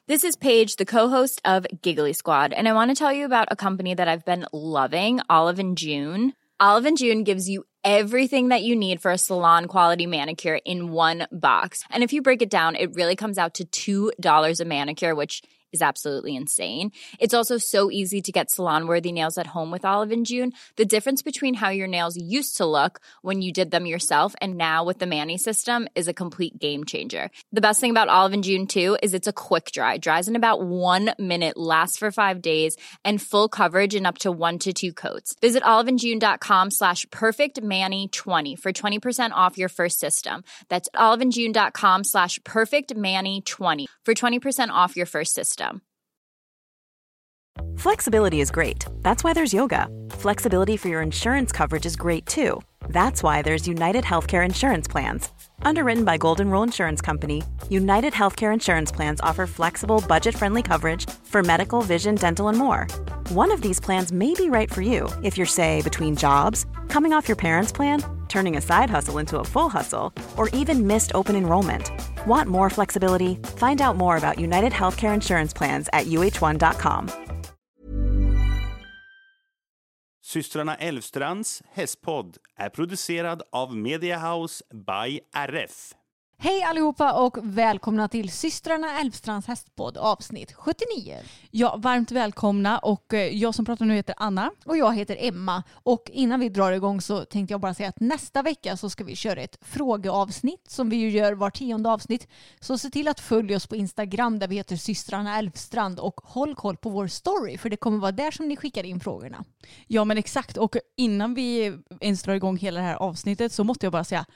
This is Paige, the co-host of Giggly Squad, and I want to tell you about a company that I've been loving, Olive & June. Olive & June gives you everything that you need for a salon-quality manicure in one box. And if you break it down, it really comes out to $2 a manicure, which is absolutely insane. It's also so easy to get salon-worthy nails at home with Olive & June. The difference between how your nails used to look when you did them yourself and now with the Mani system is a complete game changer. The best thing about Olive & June, too, is it's a quick dry. Dries in about 1 minute, lasts for 5 days, and full coverage in up to 1 to 2 coats. Visit oliveandjune.com/perfectmani20 for 20% off your first system. That's oliveandjune.com/perfectmani20 for 20% off your first system. Flexibility is great. That's why there's yoga. Flexibility for your insurance coverage is great too. That's why there's United Healthcare Insurance Plans. Underwritten by Golden Rule Insurance Company, United Healthcare Insurance Plans offer flexible, budget-friendly coverage for medical, vision, dental, and more. One of these plans may be right for you if you're, say, between jobs, coming off your parents' plan, turning a side hustle into a full hustle, or even missed open enrollment. Want more flexibility? Find out more about United Healthcare Insurance Plans at uh1.com. Systrarna Elfstrands hästpodd är producerad av Media House by RF. Hej allihopa och välkomna till Systrarna Elfstrands hästpodd avsnitt 79. Ja, varmt välkomna, och jag som pratar nu heter Anna. Och jag heter Emma, och innan vi drar igång så tänkte jag bara säga att nästa vecka så ska vi köra ett frågeavsnitt som vi ju gör var 10:e avsnitt. Så se till att följa oss på Instagram där vi heter Systrarna Elfstrand, och håll koll på vår story för det kommer vara där som ni skickar in frågorna. Ja, men exakt, och innan vi ens drar igång hela det här avsnittet så måste jag bara säga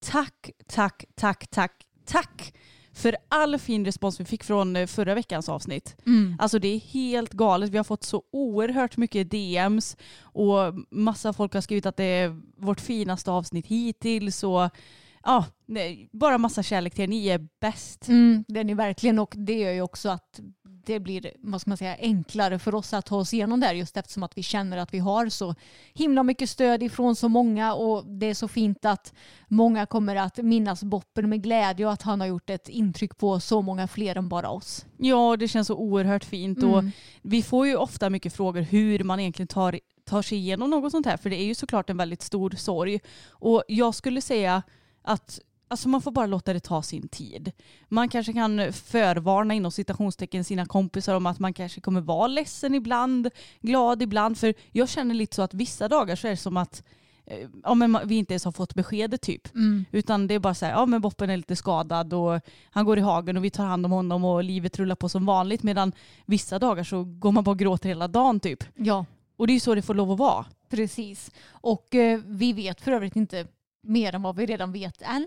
tack för all fin respons vi fick från förra veckans avsnitt. Alltså det är helt galet. Vi har fått så oerhört mycket DMs och massa folk har skrivit att det är vårt finaste avsnitt hittills, och ja, bara massa kärlek till er. Ni är bäst. Det är ni verkligen, och det gör ju också att det blir, vad ska man säga, enklare för oss att ta oss igenom det här, just eftersom att vi känner att vi har så himla mycket stöd ifrån så många, och det är så fint att många kommer att minnas Boppen med glädje och att han har gjort ett intryck på så många fler än bara oss. Ja, det känns så oerhört fint, och vi får ju ofta mycket frågor hur man egentligen tar sig igenom något sånt här, för det är ju såklart en väldigt stor sorg, och jag skulle säga att alltså man får bara låta det ta sin tid. Man kanske kan förvarna inom citationstecken sina kompisar om att man kanske kommer vara ledsen ibland, glad ibland. För jag känner lite så att vissa dagar så är det som att men vi inte ens har fått beskedet typ. Utan det är bara så här, men Boppen är lite skadad och han går i hagen och vi tar hand om honom och livet rullar på som vanligt. Medan vissa dagar så går man bara och gråter hela dagen typ. Ja. Och det är ju så det får lov att vara. Precis. Och vi vet för övrigt inte mer än vad vi redan vet än.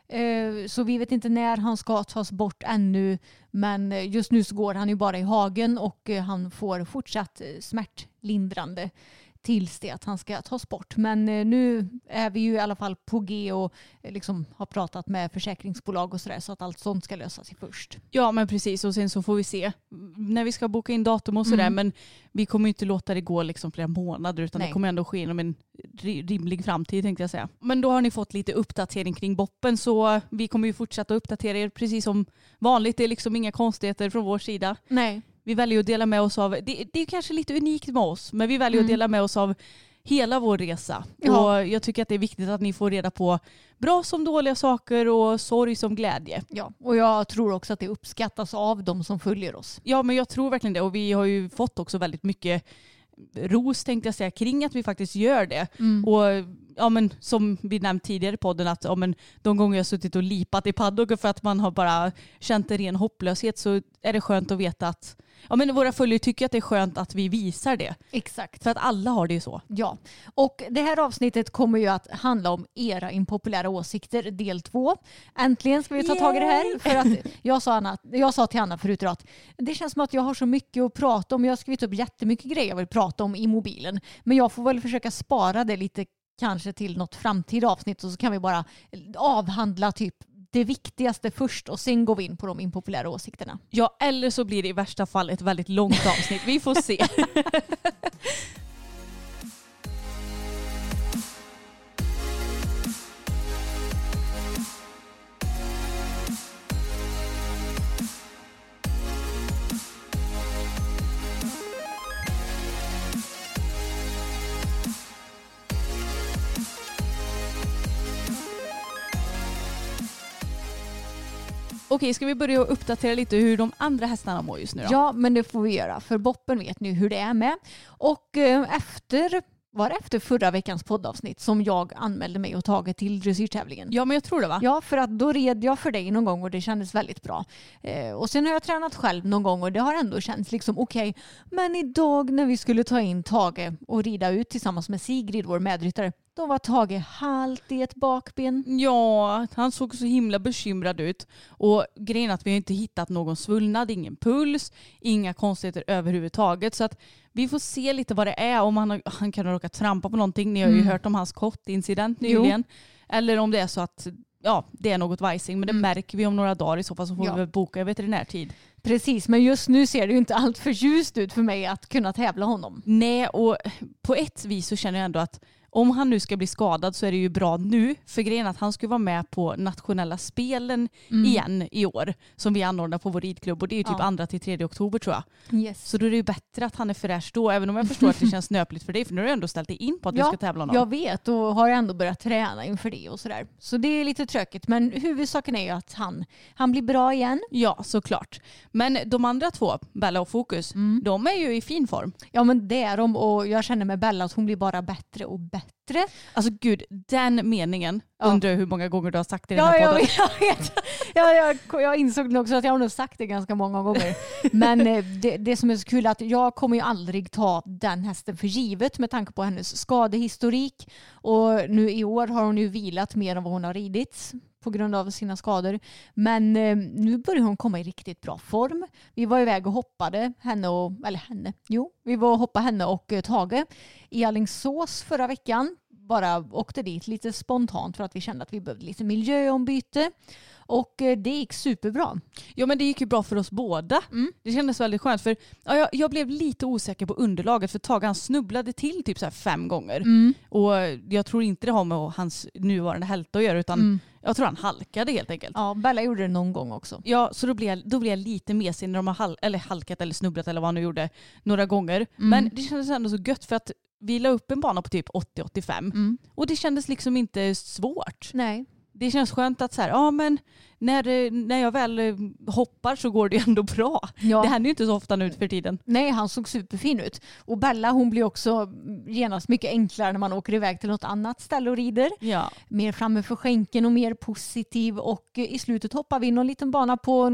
Så vi vet inte när han ska tas bort ännu. Men just nu så går han ju bara i hagen och han får fortsatt smärtlindrande tills det att han ska tas bort. Men nu är vi ju i alla fall på G och liksom har pratat med försäkringsbolag och sådär, så att allt sånt ska lösa sig först. Ja, men precis, och sen så får vi se när vi ska boka in datum och sådär, men vi kommer inte låta det gå liksom flera månader, utan det kommer ändå ske inom en rimlig framtid, tänkte jag säga. Men då har ni fått lite uppdatering kring Boppen, så vi kommer ju fortsätta uppdatera er precis som vanligt. Det är liksom inga konstigheter från vår sida. Nej. Vi väljer att dela med oss av, det är kanske lite unikt med oss, men vi väljer att dela med oss av hela vår resa. Ja. Och jag tycker att det är viktigt att ni får reda på bra som dåliga saker och sorg som glädje. Ja, och jag tror också att det uppskattas av de som följer oss. Ja, men jag tror verkligen det, och vi har ju fått också väldigt mycket ros, tänkte jag säga, kring att vi faktiskt gör det. Och ja, men som vi nämnt tidigare i podden, att de gånger jag har suttit och lipat i paddock för att man har bara känt en ren hopplöshet, så är det skönt att veta att våra följare tycker att det är skönt att vi visar det. Exakt. För att alla har det ju så. Ja, och det här avsnittet kommer ju att handla om era impopulära åsikter, del 2. Äntligen ska vi ta tag i det här. För att jag sa till Anna förut att det känns som att jag har så mycket att prata om. Jag har skrivit upp jättemycket grejer jag vill prata om i mobilen. Men jag får väl försöka spara det lite, kanske till något framtida avsnitt, och så kan vi bara avhandla typ det viktigaste först och sen går vi in på de impopulära åsikterna. Ja, eller så blir det i värsta fall ett väldigt långt avsnitt. Vi får se. Okej, ska vi börja uppdatera lite hur de andra hästarna mår just nu då? Ja, men det får vi göra. För Boppen vet ni hur det är med. Och efter förra veckans poddavsnitt som jag anmälde mig och tagit till dressyrtävlingen. Ja, men jag tror det, va? Ja, för att då red jag för dig någon gång och det kändes väldigt bra. Och sen har jag tränat själv någon gång och det har ändå känts liksom okej. Men idag när vi skulle ta in Tage och rida ut tillsammans med Sigrid, vår medryttare, då var Tage halt i ett bakben. Ja, han såg så himla bekymrad ut. Och grejen är att vi har inte hittat någon svullnad, ingen puls, inga konstigheter överhuvudtaget. Så att vi får se lite vad det är, om han kan råka trampa på någonting. Ni har ju hört om hans kottincident nyligen. Jo. Eller om det är så att det är något vajsing. Men det märker vi om några dagar, i så fall så får vi väl boka veterinärtid. Precis, men just nu ser det ju inte allt för ljust ut för mig att kunna tävla honom. Nej, och på ett vis så känner jag ändå att om han nu ska bli skadad så är det ju bra nu. För grejen att han ska vara med på nationella spelen igen i år. Som vi anordnar på vår ridklubb. Och det är ju typ 2-3 oktober tror jag. Yes. Så då är det ju bättre att han är fräsch då. Även om jag förstår att det känns snöpligt för dig. För nu har du ändå ställt dig in på att du ska tävla honom. Jag vet, och har ändå börjat träna inför det och sådär. Så det är lite tråkigt. Men huvudsaken är ju att han blir bra igen. Ja, såklart. Men de andra två, Bella och Fokus, de är ju i fin form. Ja, men det är de. Och jag känner med Bella att hon blir bara bättre och bättre. Alltså gud, den meningen undrar jag hur många gånger du har sagt det i den här podden. Jag vet. Jag insåg nog också att jag har nog sagt det ganska många gånger. Men det som är så kul är att jag kommer ju aldrig ta den hästen för givet med tanke på hennes skadehistorik. Och nu i år har hon ju vilat mer än vad hon har ridit på grund av sina skador. Men nu börjar hon komma i riktigt bra form. Vi var iväg och hoppade vi var och hoppade henne och Tage i Alingsås förra veckan. Bara åkte dit lite spontant för att vi kände att vi behövde lite miljöombyte. Och det gick superbra. Ja, men det gick ju bra för oss båda. Det kändes väldigt skönt. För jag blev lite osäker på underlaget. För Tage han snubblade till typ så här 5 gånger. Och jag tror inte det har med hans nuvarande hälta att göra. Utan jag tror han halkade helt enkelt. Ja, Bella gjorde det någon gång också. Ja, så då blev jag lite mesig när de har halkat eller snubblat eller vad han nu gjorde några gånger. Men det kändes ändå så gött för att vi la upp en bana på typ 80-85. Och det kändes liksom inte svårt. Nej. Det känns skönt att så här, men när jag väl hoppar så går det ändå bra. Ja. Det händer ju inte så ofta nu för tiden. Nej, han såg superfin ut. Och Bella, hon blir också genast mycket enklare när man åker iväg till något annat ställe och rider. Ja. Mer framme för skänken och mer positiv. Och i slutet hoppar vi någon liten bana på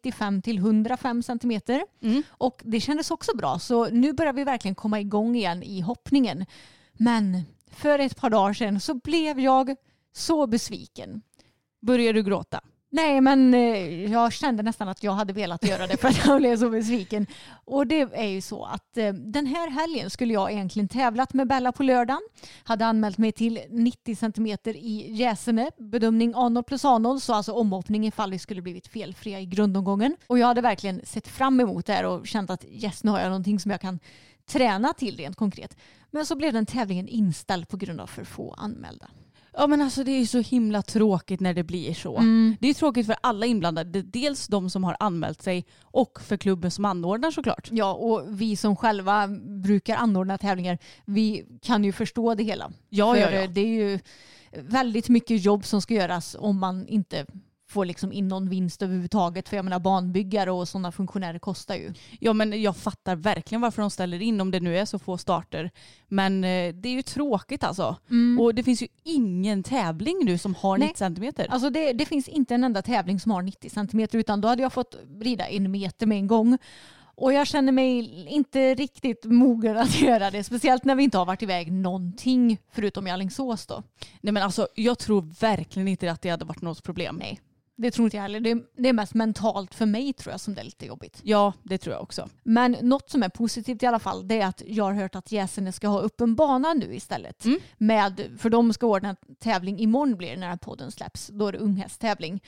95-105 centimeter. Och det kändes också bra. Så nu börjar vi verkligen komma igång igen i hoppningen. Men för ett par dagar sedan så blev jag så besviken. Började du gråta? Nej, men jag kände nästan att jag hade velat göra det för att jag blev så besviken. Och det är ju så att den här helgen skulle jag egentligen tävlat med Bella på lördagen. Hade anmält mig till 90 centimeter i Jäsene. Bedömning A0 plus A0, så alltså omhoppning ifall det skulle blivit felfria i grundomgången. Och jag hade verkligen sett fram emot det här och känt att nu har jag någonting som jag kan träna till rent konkret. Men så blev den tävlingen inställd på grund av för få anmälda. Ja, men alltså det är ju så himla tråkigt när det blir så. Det är tråkigt för alla inblandade. Dels de som har anmält sig och för klubben som anordnar såklart. Ja, och vi som själva brukar anordna tävlingar, vi kan ju förstå det hela. Ja. Det är ju väldigt mycket jobb som ska göras om man inte får liksom in någon vinst överhuvudtaget. För jag menar, banbyggare och sådana funktionärer kostar ju. Ja, men jag fattar verkligen varför de ställer in om det nu är så få starter. Men det är ju tråkigt alltså. Och det finns ju ingen tävling nu som har 90 centimeter. Alltså det finns inte en enda tävling som har 90 centimeter, utan då hade jag fått rida 1 meter med en gång. Och jag känner mig inte riktigt mogen att göra det. Speciellt när vi inte har varit iväg någonting förutom i Alingsås då. Nej, men alltså jag tror verkligen inte att det hade varit något problem. Nej. Det tror inte jag heller. Det är mest mentalt för mig tror jag som det är lite jobbigt. Ja, det tror jag också. Men något som är positivt i alla fall, det är att jag har hört att Jäsene ska ha upp en bana nu istället. För de ska ordna en tävling imorgon blir det när podden släpps. Då är det unghästtävling.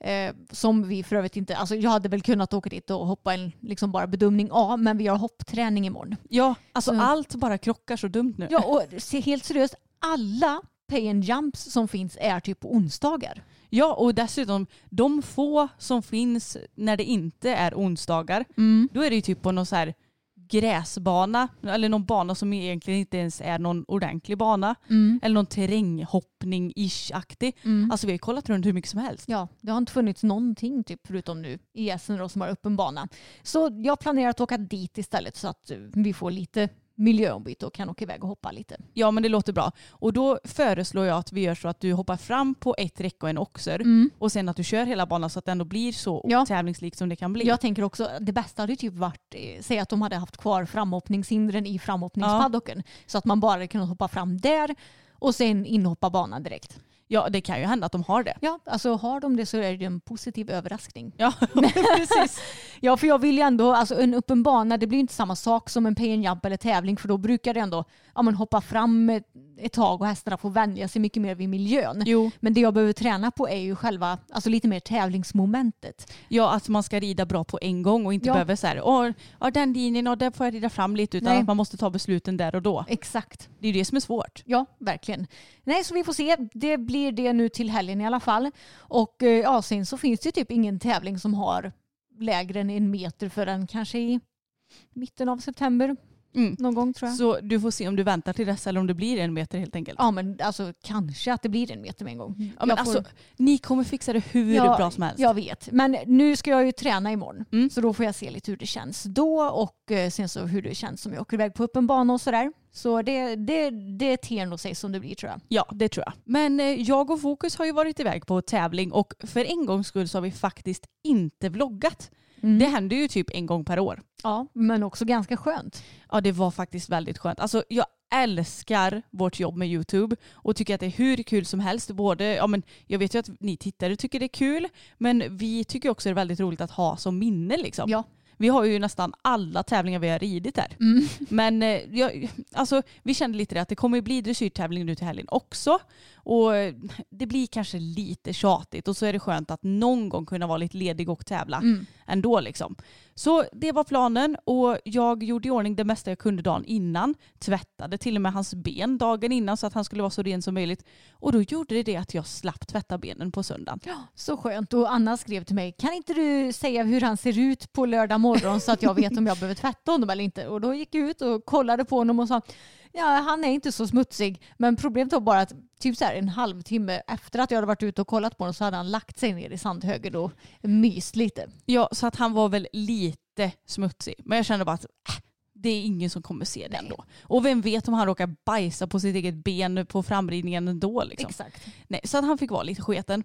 Som vi för övrigt inte, alltså jag hade väl kunnat åka dit och hoppa en liksom bara bedömning A, men vi har hoppträning imorgon. Ja, alltså allt bara krockar så dumt nu. Ja, och helt seriöst, alla pay and jumps som finns är typ på onsdagar. Ja, och dessutom de få som finns när det inte är onsdagar, då är det ju typ på någon så här gräsbana eller någon bana som egentligen inte ens är någon ordentlig bana eller någon terränghoppning-ish-aktig. Alltså vi har kollat runt hur mycket som helst. Ja, det har inte funnits någonting typ förutom nu i Essen då, som har öppen bana. Så jag planerar att åka dit istället så att vi får lite miljöombyte och kan åka iväg och hoppa lite. Ja, men det låter bra. Och då föreslår jag att vi gör så att du hoppar fram på ett räcke och en oxer och sen att du kör hela banan så att det ändå blir så tävlingslikt som det kan bli. Jag tänker också, det bästa hade typ varit, säg att de hade haft kvar framhoppningshindren i framhoppningspaddocken så att man bara kunde hoppa fram där och sen inhoppa banan direkt. Ja, det kan ju hända att de har det. Ja, alltså har de det så är det en positiv överraskning. Ja, precis. Ja, för jag vill ju ändå, alltså en öppen bana, det blir inte samma sak som en pay and jump eller tävling, för då brukar det ändå hoppa fram ett tag och hästarna får vänja sig mycket mer vid miljön. Jo. Men det jag behöver träna på är ju själva, alltså lite mer tävlingsmomentet. Ja, att man ska rida bra på en gång och inte behöver så här, den linjen och där får jag rida fram lite, utan att man måste ta besluten där och då. Exakt. Det är ju det som är svårt. Ja, verkligen. Nej, så vi får se. Det blir det nu till helgen i alla fall. Och sen så finns det typ ingen tävling som har lägre än 1 meter förrän kanske i mitten av september. Någon gång tror jag. Så du får se om du väntar till dess eller om det blir 1 meter helt enkelt. Ja, men alltså kanske att det blir 1 meter med en gång. Ja, men alltså, ni kommer fixa det hur bra som helst. Jag vet. Men nu ska jag ju träna imorgon. Så då får jag se lite hur det känns då och sen så hur det känns som jag åker iväg på öppen bana och sådär. Så det ter nog sig som det blir, tror jag. Ja, det tror jag. Men jag och Fokus har ju varit iväg på tävling och för en gångs skull så har vi faktiskt inte vloggat. Det händer ju typ 1 gång per år. Ja, men också ganska skönt. Ja, det var faktiskt väldigt skönt. Alltså jag älskar vårt jobb med YouTube och tycker att det är hur kul som helst. Jag vet ju att ni tittare tycker det är kul, men vi tycker också det är väldigt roligt att ha som minne liksom. Ja. Vi har ju nästan alla tävlingar vi har ridit där. Men vi kände lite det att det kommer bli dressyrtävling nu till helgen också. Och det blir kanske lite tjatigt och så är det skönt att någon gång kunna vara lite ledig och tävla ändå liksom. Så det var planen och jag gjorde i ordning det mesta jag kunde dagen innan. Tvättade till och med hans ben dagen innan så att han skulle vara så ren som möjligt. Och då gjorde det att jag slapp tvätta benen på söndagen. Ja, så skönt. Och Anna skrev till mig, kan inte du säga hur han ser ut på lördag morgon så att jag vet om jag behöver tvätta honom eller inte? Och då gick jag ut och kollade på honom och sa, ja, han är inte så smutsig. Men problemet var bara att typ så här 1/2 timme efter att jag hade varit ute och kollat på honom så hade han lagt sig ner i sandhögen och myst lite. Ja, så att han var väl lite smutsig. Men jag kände bara att det är ingen som kommer se det ändå. Och vem vet om han råkar bajsa på sitt eget ben på framridningen ändå. Liksom. Exakt. Nej, så att han fick vara lite sketen.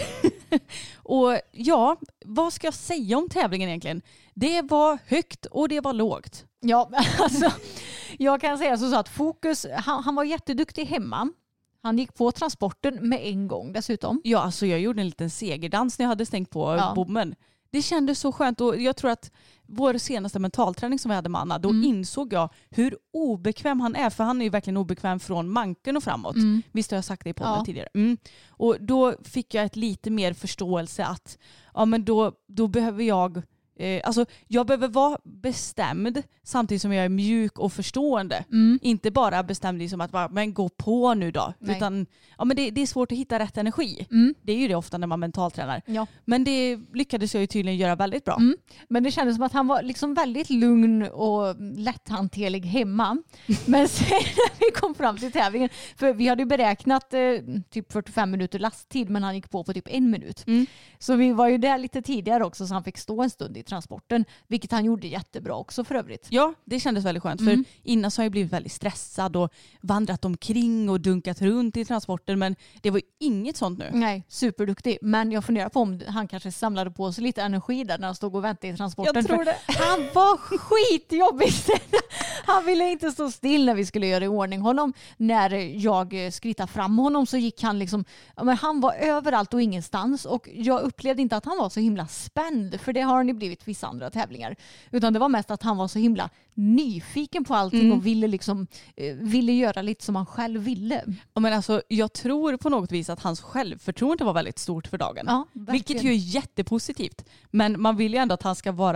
Och ja, vad ska jag säga om tävlingen egentligen? Det var högt och det var lågt. Ja, alltså jag kan säga så att Fokus, han var jätteduktig hemma. Han gick på transporten med en gång dessutom. Ja, alltså jag gjorde en liten segerdans när jag hade stängt på bommen. Det kändes så skönt och jag tror att vår senaste mentalträning som vi hade med Anna, då insåg jag hur obekväm han är. För han är ju verkligen obekväm från manken och framåt. Visst har jag sagt det i podden tidigare. Och då fick jag ett lite mer förståelse att men då behöver jag... jag behöver vara bestämd samtidigt som jag är mjuk och förstående. Inte bara bestämd liksom att men gå på nu då. Nej. Utan men det är svårt att hitta rätt energi. Det är ju det ofta när man mentaltränar. Ja. Men det lyckades jag ju tydligen göra väldigt bra. Men det kändes som att han var liksom väldigt lugn och lätthanterlig hemma. Men sen när vi kom fram till tävlingen, för vi hade ju beräknat typ 45 minuter lasttid, men han gick på typ 1 minut. Så vi var ju där lite tidigare också så han fick stå en stund i transporten, vilket han gjorde jättebra också för övrigt. Ja, det kändes väldigt skönt för innan så har jag blivit väldigt stressad och vandrat omkring och dunkat runt i transporten, men det var ju inget sånt nu. Nej, superduktig. Men jag funderar på om han kanske samlade på sig lite energi där när han stod och väntade i transporten. Jag tror det. Han var skitjobbig. Han ville inte stå still när vi skulle göra i ordning honom. När jag skrittade fram honom så gick han liksom, men han var överallt och ingenstans och jag upplevde inte att han var så himla spänd, för det har han ju blivit vissa andra tävlingar. Utan det var mest att han var så himla nyfiken på allting och ville göra lite som han själv ville. Ja, men alltså, jag tror på något vis att hans självförtroende var väldigt stort för dagen. Ja, vilket ju är jättepositivt. Men man vill ju ändå att han ska vara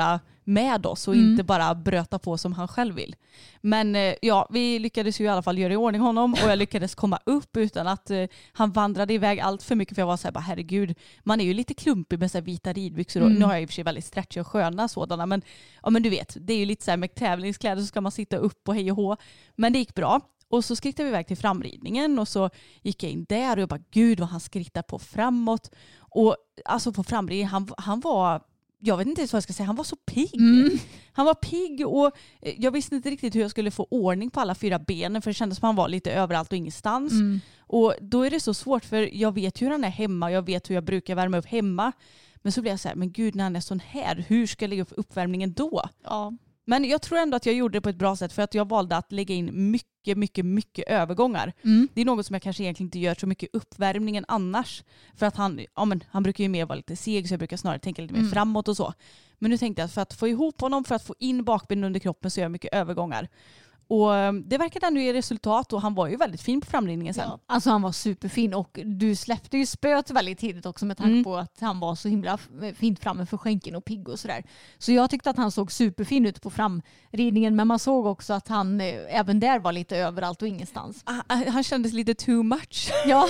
med oss och inte bara bröta på som han själv vill. Men ja, vi lyckades ju i alla fall göra i ordning honom och jag lyckades komma upp utan att han vandrade iväg allt för mycket, för jag var så här, bara, herregud, man är ju lite klumpig med så här vita ridbyxor och nu har jag i och för sig väldigt stretchiga och sköna sådana, men ja, men du vet, det är ju lite så här med tävlingskläder så ska man sitta upp och hej och hå, men det gick bra. Och så skrittade vi iväg till framridningen och så gick jag in där och jag bara, gud vad han skrittar på framåt. Och alltså på framridningen, han var, jag vet inte ens vad jag ska säga, han var så pigg. Han var pigg och jag visste inte riktigt hur jag skulle få ordning på alla 4 benen, för det kändes som han var lite överallt och ingenstans. Och då är det så svårt, för jag vet hur han är hemma, jag vet hur jag brukar värma upp hemma. Men så blev jag så här, men gud, när han är sån här, hur ska jag lägga upp uppvärmningen då? Ja. Men jag tror ändå att jag gjorde det på ett bra sätt, för att jag valde att lägga in mycket övergångar. Det är något som jag kanske egentligen inte gör så mycket uppvärmningen annars. För att han brukar ju mer vara lite seg, så jag brukar snarare tänka lite mer framåt och så. Men nu tänkte jag att för att få ihop honom, för att få in bakbenen under kroppen, så gör jag mycket övergångar. Och det verkade ändå ge resultat och han var ju väldigt fin på framridningen sen. Ja, alltså han var superfin och du släppte ju spöet väldigt tidigt också med tanke på att han var så himla fint framme för skänken och pigg och sådär. Så jag tyckte att han såg superfin ut på framridningen, men man såg också att han även där var lite överallt och ingenstans. Han kändes lite too much. Ja.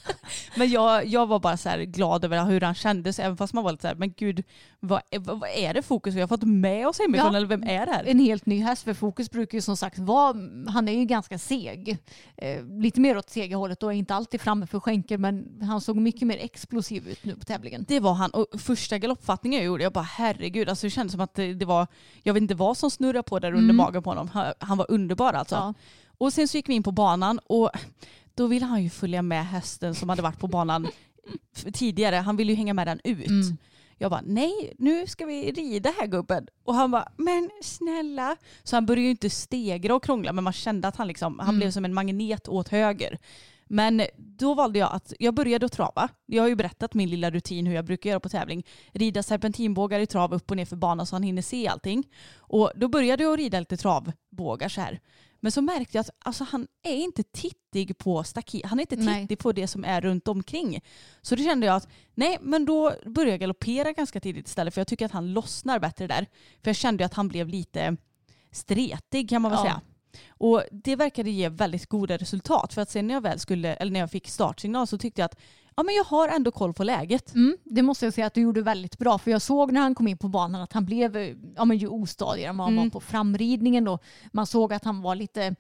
Men jag var bara så här glad över hur han kändes, även fast man var lite så här, men gud, vad är det Fokus vi har fått med oss hemifrån, eller vem är det här? En helt ny häst, för Fokus brukar ju som sagt han är ju ganska seg. Lite mer åt sega hållet och är inte alltid framme för skänker, men han såg mycket mer explosiv ut nu på tävlingen. Det var han. Och första galoppfattningen jag gjorde, jag bara herregud, alltså det kändes som att det var, jag vet inte vad som snurrade på där under magen på honom. Han var underbar alltså. Ja. Och sen så gick vi in på banan och då ville han ju följa med hästen som hade varit på banan tidigare. Han ville ju hänga med den ut. Jag bara, nej, nu ska vi rida här gubben. Och han bara, men snälla. Så han började ju inte stegra och krångla, men man kände att han blev som en magnet åt höger. Men då valde jag började att trava. Jag har ju berättat min lilla rutin hur jag brukar göra på tävling. Rida serpentinbågar i trav upp och ner för banan så han hinner se allting. Och då började jag rida lite travbågar så här. Men så märkte jag att alltså, han är inte tittig på staket. Han är inte tittig på det som är runt omkring. Så då kände jag att men då började jag galoppera ganska tidigt istället. För jag tycker att han lossnar bättre där. För jag kände att han blev lite stretig kan man väl säga. Och det verkade ge väldigt goda resultat. För att sen när jag fick startsignal så tyckte jag att men jag har ändå koll på läget. Det måste jag säga att du gjorde väldigt bra. För jag såg när han kom in på banan att han blev ju ostadigare. Man var på framridningen då. Man såg att han var lite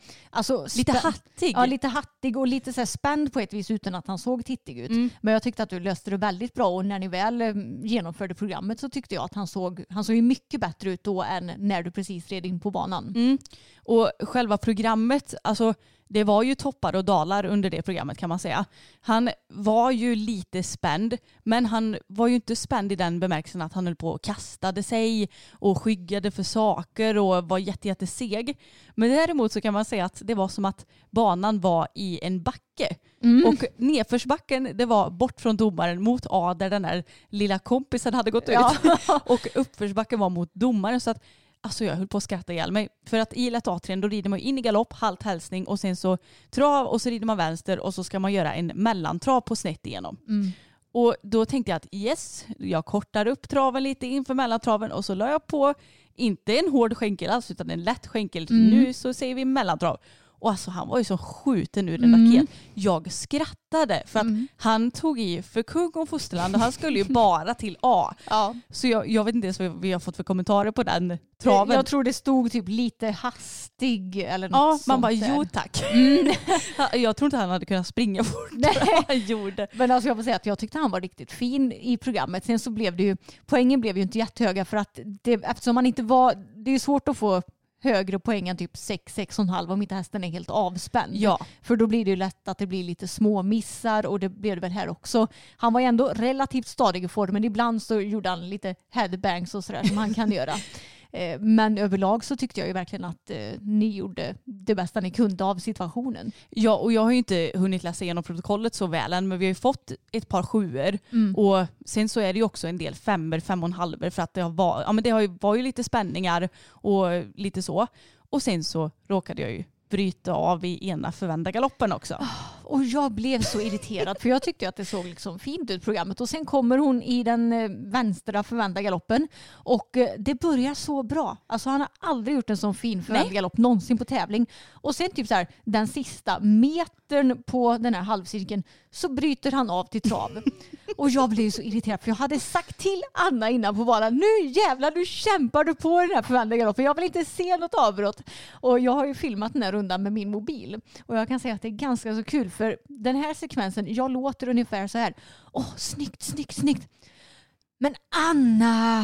hattig. Ja, lite hattig och lite så här spänd på ett vis utan att han såg tittig ut. Men jag tyckte att du löste det väldigt bra. Och när ni väl genomförde programmet så tyckte jag att han såg ju mycket bättre ut då än när du precis red in på banan. Och själva programmet, alltså det var ju toppar och dalar under det programmet kan man säga. Han var ju lite spänd, men han var ju inte spänd i den bemärkelsen att han höll på och kastade sig och skyggade för saker och var jätteseg. Men däremot så kan man säga att det var som att banan var i en backe. Och nedförsbacken, det var bort från domaren mot A där den där lilla kompisen hade gått ut. Och uppförsbacken var mot domaren, så att alltså jag höll på att skratta ihjäl mig. För att i lätt A-träning då rider man in i galopp, halt hälsning och sen så trav och så rider man vänster och så ska man göra en mellantrav på snett igenom. Och då tänkte jag att jag kortar upp traven lite inför mellantraven och så la jag på inte en hård skänkel alls utan en lätt skänkel. Nu så säger vi mellantrav. Och alltså han var ju så skjuten ur en raket. Jag skrattade för att han tog i för kung och fosterland och han skulle ju bara till A. Så jag vet inte ens vad vi har fått för kommentarer på den traven. Jag tror det stod typ lite hastig eller något sånt. Man bara, jo tack. Jag tror inte han hade kunnat springa fort. Han gjorde. Men alltså jag får säga att jag tyckte han var riktigt fin i programmet. Sen så blev det ju, poängen blev ju inte jättehöga för att eftersom man inte var, det är svårt att få högre poäng än typ 6,5 om inte hästen är helt avspänd. För då blir det ju lätt att det blir lite små missar och det blev det väl här också. Han var ändå relativt stadig i formen, men ibland så gjorde han lite headbangs och sådär som han kan göra. Men överlag så tyckte jag ju verkligen att ni gjorde det bästa ni kunde av situationen. Ja, och jag har ju inte hunnit läsa igenom protokollet så väl än, men vi har ju fått ett par 7:or och sen så är det ju också en del 5:or, 5,5 för att det var ju lite spänningar och lite så. Och sen så råkade jag ju bryta av i ena förvända galoppen också. Och jag blev så irriterad för jag tyckte att det såg liksom fint ut programmet. Och sen kommer hon i den vänstra förvända galoppen och det börjar så bra. Alltså han har aldrig gjort en sån fin förvänd galopp någonsin på tävling. Och sen typ så här, den sista metern på den här halvcirkeln så bryter han av till trav. Och jag blev så irriterad för jag hade sagt till Anna innan på banan, nu jävlar du kämpar du på den här förvända galoppen. Jag vill inte se något avbrott. Och jag har ju filmat den här rundan med min mobil. Och jag kan säga att det är ganska så kul för den här sekvensen, jag låter ungefär så här. Snyggt. Men Anna...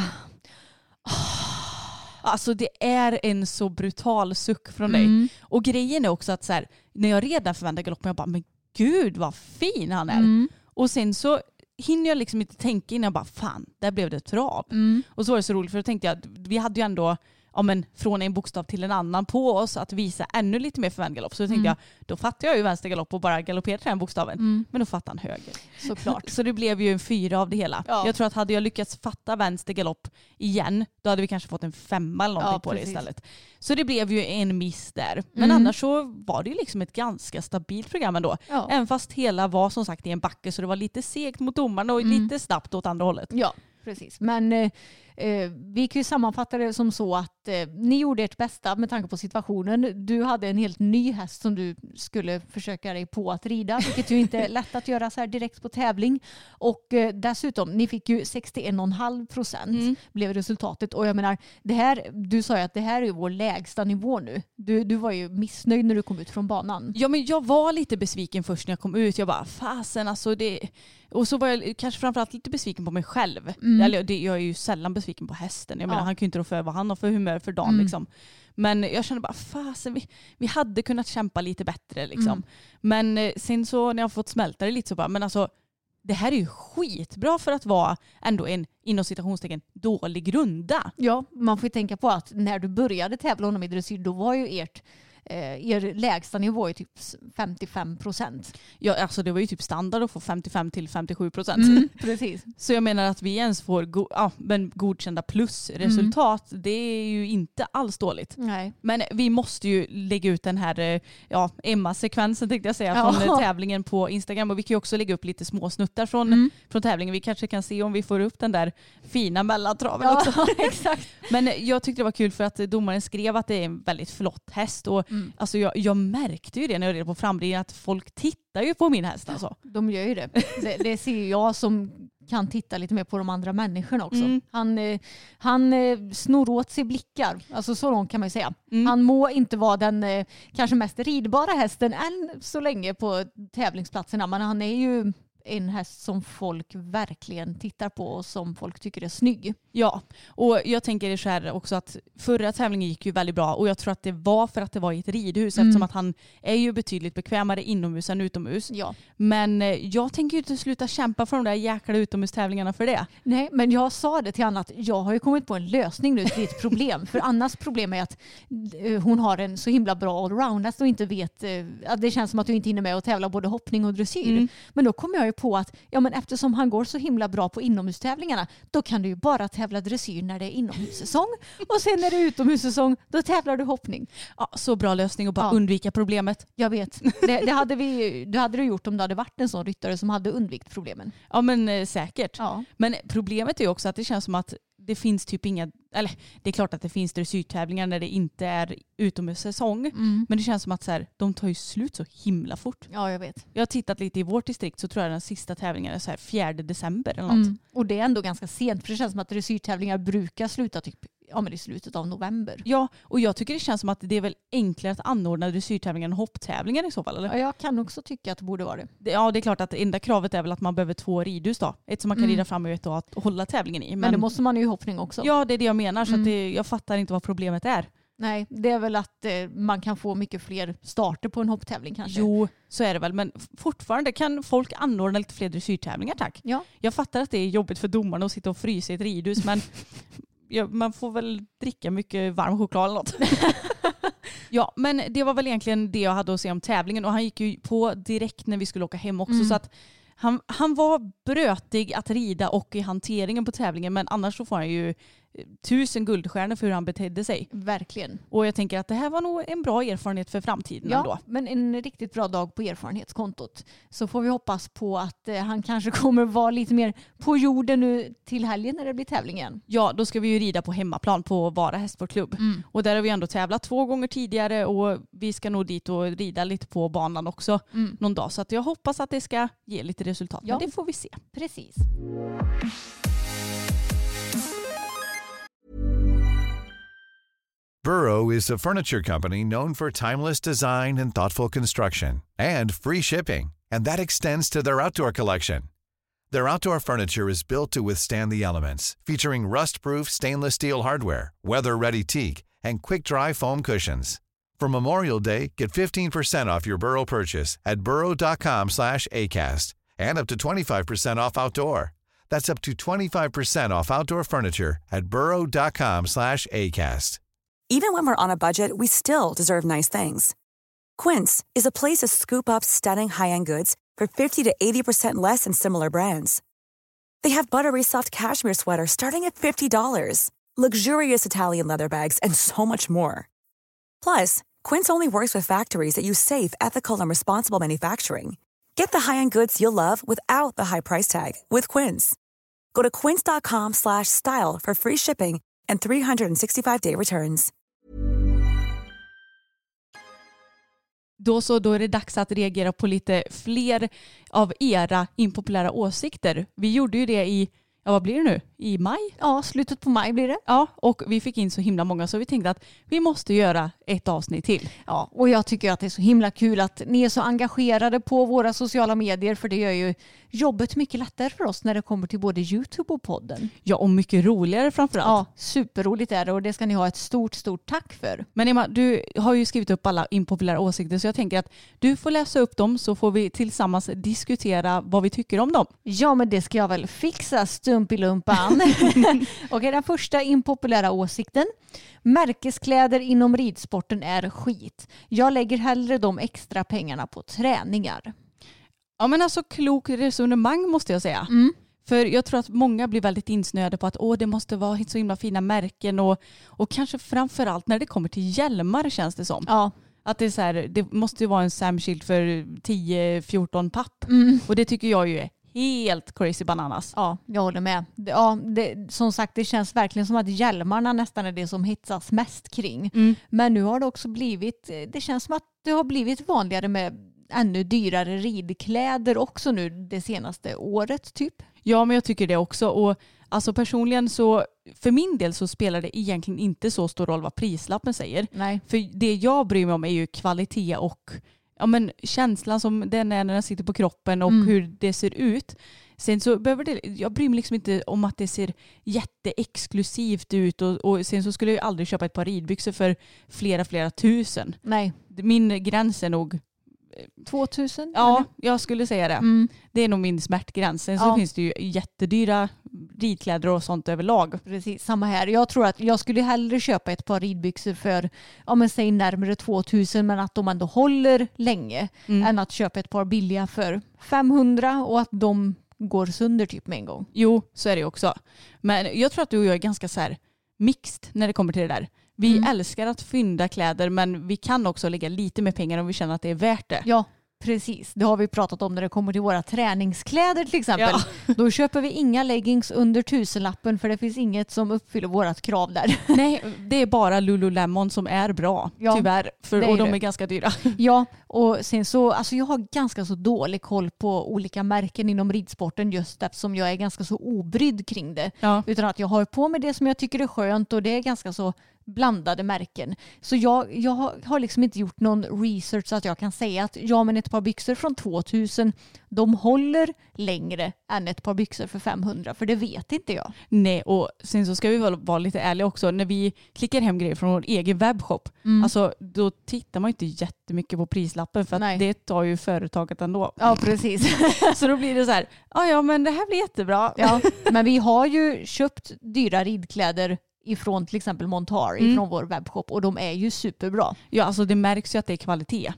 Alltså det är en så brutal suck från dig. Och grejen är också att så här, när jag redan förväntar galoppen, jag bara, men gud vad fin han är. Och sen så hinner jag liksom inte tänka innan jag bara, fan, där blev det ett trav. Och så var det så roligt för då tänkte jag att vi hade ju ändå från en bokstav till en annan på oss att visa ännu lite mer förvänd galopp. Så då tänkte jag, då fattar jag ju vänster galopp och bara galopperar till den bokstaven. Men då fattar han höger. Såklart. Så det blev ju en 4 av det hela. Ja. Jag tror att hade jag lyckats fatta vänster galopp igen, då hade vi kanske fått en 5 eller någonting på det istället. Så det blev ju en miss där. Men annars så var det ju liksom ett ganska stabilt program ändå. Ja. Även fast hela var som sagt i en backe så det var lite segt mot domarna och lite snabbt åt andra hållet. Ja, precis. Men vi kan ju sammanfatta det som så att ni gjorde ert bästa med tanke på situationen. Du hade en helt ny häst som du skulle försöka dig på att rida, vilket ju inte är lätt att göra så här direkt på tävling. Och dessutom, ni fick ju 61,5% blev resultatet. Och jag menar, det här, du sa ju att det här är vår lägsta nivå nu. Du var ju missnöjd när du kom ut från banan. Ja, men jag var lite besviken först när jag kom ut. Jag bara, fasen alltså det... Och så var jag kanske framförallt lite besviken på mig själv. Jag är ju sällan besviken på hästen. Jag menar, han kan ju inte rå för vad han har för humör för dagen. Liksom. Men jag kände bara, fasen, vi hade kunnat kämpa lite bättre. Liksom. Men sen så när jag fått smälta det lite så bara, men alltså det här är ju skitbra för att vara ändå en inom citationstecken dålig runda. Ja, man får ju tänka på att när du började tävla honom i dressyr, då var ju er lägsta nivå är typ 55%. Ja, alltså det var ju typ standard att få 55-57%. Precis. Så jag menar att vi ens får godkända plusresultat, det är ju inte alls dåligt. Nej. Men vi måste ju lägga ut den här Emma-sekvensen tänkte jag säga från tävlingen på Instagram, och vi kan ju också lägga upp lite små snuttar från tävlingen. Vi kanske kan se om vi får upp den där fina mellantraven också. Exakt. Men jag tyckte det var kul för att domaren skrev att det är en väldigt flott häst och alltså jag märkte ju det när jag red på framriden att folk tittar ju på min häst. Alltså. De gör ju det. Det ser jag som kan titta lite mer på de andra människorna också. Han snor åt sig blickar. Alltså så långt kan man ju säga. Han må inte vara den kanske mest ridbara hästen än så länge på tävlingsplatserna, men han är ju en häst som folk verkligen tittar på och som folk tycker är snygg. Ja, och jag tänker så här också att förra tävlingen gick ju väldigt bra och jag tror att det var för att det var i ett ridhus eftersom att han är ju betydligt bekvämare inomhus än utomhus. Ja. Men jag tänker ju inte sluta kämpa för de där jäkla utomhustävlingarna för det. Nej, men jag sa det till Anna att jag har ju kommit på en lösning nu till ett problem. För Annas problem är att hon har en så himla bra allround-häst och inte vet, att det känns som att du inte hinner med att tävla både hoppning och dressyr. Men då kommer jag ju på att men eftersom han går så himla bra på inomhustävlingarna, då kan du ju bara tävla dressyr när det är inomhussäsong och sen när det är utomhussäsong då tävlar du hoppning. Ja, så bra lösning att bara undvika problemet. Jag vet. Det hade du gjort om det hade varit en sån ryttare som hade undvikit problemen. Ja, men säkert. Ja. Men problemet är ju också att det känns som att det finns typ inga, eller det är klart att det finns dressyrtävlingar när det inte är utomhussäsong, men det känns som att så här, de tar ju slut så himla fort. Ja, jag vet. Jag har tittat lite i vårt distrikt så tror jag den sista tävlingen är så här 4 december eller något. Och det är ändå ganska sent för det känns som att dressyrtävlingar brukar sluta typ i slutet av november. Ja, och jag tycker det känns som att det är väl enklare att anordna dressyrtävlingar än hopptävlingar i så fall, eller? Ja, jag kan också tycka att det borde vara det. Ja, det är klart att det enda kravet är väl att man behöver 2 ridhus då. Ett som man kan rida fram och att hålla tävlingen i. Men det måste man ju i hoppning också. Ja, det är det jag menar. Så att jag fattar inte vad problemet är. Nej, det är väl att man kan få mycket fler starter på en hopptävling kanske. Jo, så är det väl. Men fortfarande kan folk anordna lite fler dressyrtävlingar, tack. Ja. Jag fattar att det är jobbigt för domarna att sitta och frysa i ett ridhus, men man får väl dricka mycket varm choklad eller något. Ja, men det var väl egentligen det jag hade att säga om tävlingen. Och han gick ju på direkt när vi skulle åka hem också. Så att han var brötig att rida och i hanteringen på tävlingen. Men annars så får han ju 1000 guldstjärnor för hur han betedde sig. Verkligen. Och jag tänker att det här var nog en bra erfarenhet för framtiden ändå. Men en riktigt bra dag på erfarenhetskontot. Så får vi hoppas på att han kanske kommer vara lite mer på jorden nu till helgen när det blir tävling igen. Ja, då ska vi ju rida på hemmaplan på Vara hästsportklubb. Och där har vi ändå tävlat 2 gånger tidigare och vi ska nog dit och rida lite på banan också någon dag. Så att jag hoppas att det ska ge lite resultat. Men det får vi se. Precis. Burrow is a furniture company known for timeless design and thoughtful construction and free shipping. And that extends to their outdoor collection. Their outdoor furniture is built to withstand the elements, featuring rust-proof stainless steel hardware, weather-ready teak, and quick-dry foam cushions. For Memorial Day, get 15% off your Burrow purchase at burrow.com/acast and up to 25% off outdoor. That's up to 25% off outdoor furniture at burrow.com/acast. Even when we're on a budget, we still deserve nice things. Quince is a place to scoop up stunning high-end goods for 50 to 80% less than similar brands. They have buttery soft cashmere sweaters starting at $50, luxurious Italian leather bags, and so much more. Plus, Quince only works with factories that use safe, ethical, and responsible manufacturing. Get the high-end goods you'll love without the high price tag with Quince. Go to quince.com/style for free shipping and 365-day returns. Då är det dags att reagera på lite fler av era impopulära åsikter. Vi gjorde ju det i, vad blir det nu? I maj? Ja, slutet på maj blir det. Ja, och vi fick in så himla många så vi tänkte att vi måste göra ett avsnitt till. Ja, och jag tycker att det är så himla kul att ni är så engagerade på våra sociala medier, för det gör ju jobbet mycket lättare för oss när det kommer till både YouTube och podden. Ja, och mycket roligare framförallt. Ja, superroligt är det och det ska ni ha ett stort tack för. Men Emma, du har ju skrivit upp alla impopulära åsikter så jag tänker att du får läsa upp dem så får vi tillsammans diskutera vad vi tycker om dem. Ja, men det ska jag väl fixa, stumpilumpan. Okej, den första impopulära åsikten. Märkeskläder inom ridsporten är skit. Jag lägger hellre de extra pengarna på träningar. Ja, men alltså klok resonemang måste jag säga. För jag tror att många blir väldigt insnöade på att det måste vara så himla fina märken och kanske framförallt när det kommer till hjälmar känns det som. Ja. Att det är så här, det måste ju vara en Sam Shield för 10-14 papp. Och det tycker jag ju är helt crazy bananas. Ja, jag håller med. Som sagt, det känns verkligen som att hjälmarna nästan är det som hetsas mest kring. Men nu har det också blivit, det känns som att det har blivit vanligare med ännu dyrare ridkläder också nu det senaste året typ. Ja, men jag tycker det också. Och alltså personligen så, för min del så spelar det egentligen inte så stor roll vad prislappen säger. Nej. För det jag bryr mig om är ju kvalitet och känslan som den är när den sitter på kroppen och hur det ser ut. Sen så jag bryr mig liksom inte om att det ser jätteexklusivt ut och sen så skulle jag aldrig köpa ett par ridbyxor för flera tusen. Nej. Min gräns är nog 2000? Ja, jag skulle säga det. Det är nog min smärtgräns. Sen så finns det ju jättedyra ridkläder och sånt överlag. Precis, samma här. Jag tror att jag skulle hellre köpa ett par ridbyxor för, säg närmare 2000 men att de ändå håller länge än att köpa ett par billiga för 500 och att de går sönder typ med en gång. Jo, så är det också. Men jag tror att du och jag är ganska så här mixed när det kommer till det där. Vi älskar att fynda kläder men vi kan också lägga lite mer pengar om vi känner att det är värt det. Ja, precis. Det har vi pratat om när det kommer till våra träningskläder till exempel. Ja. Då köper vi inga leggings under 1000-lappen för det finns inget som uppfyller vårat krav där. Nej, det är bara Lululemon som är bra, tyvärr. Och de är ganska dyra. Ja, och sen så, jag har ganska så dålig koll på olika märken inom ridsporten just eftersom jag är ganska så obrydd kring det. Ja. Utan att jag har på mig det som jag tycker är skönt och det är ganska så blandade märken. Så jag har liksom inte gjort någon research så att jag kan säga att ett par byxor från 2000 de håller längre än ett par byxor för 500 för det vet inte jag. Nej, och sen så ska vi väl vara lite ärliga också. När vi klickar hem grejer från vår egen webbshop då tittar man inte jättemycket på prislappen för att det tar ju företaget ändå. Ja, precis. Så då blir det så här, men det här blir jättebra. Ja, men vi har ju köpt dyra ridkläder ifrån till exempel Montar ifrån vår webbshop och de är ju superbra. Ja, alltså det märks ju att det är kvalitet.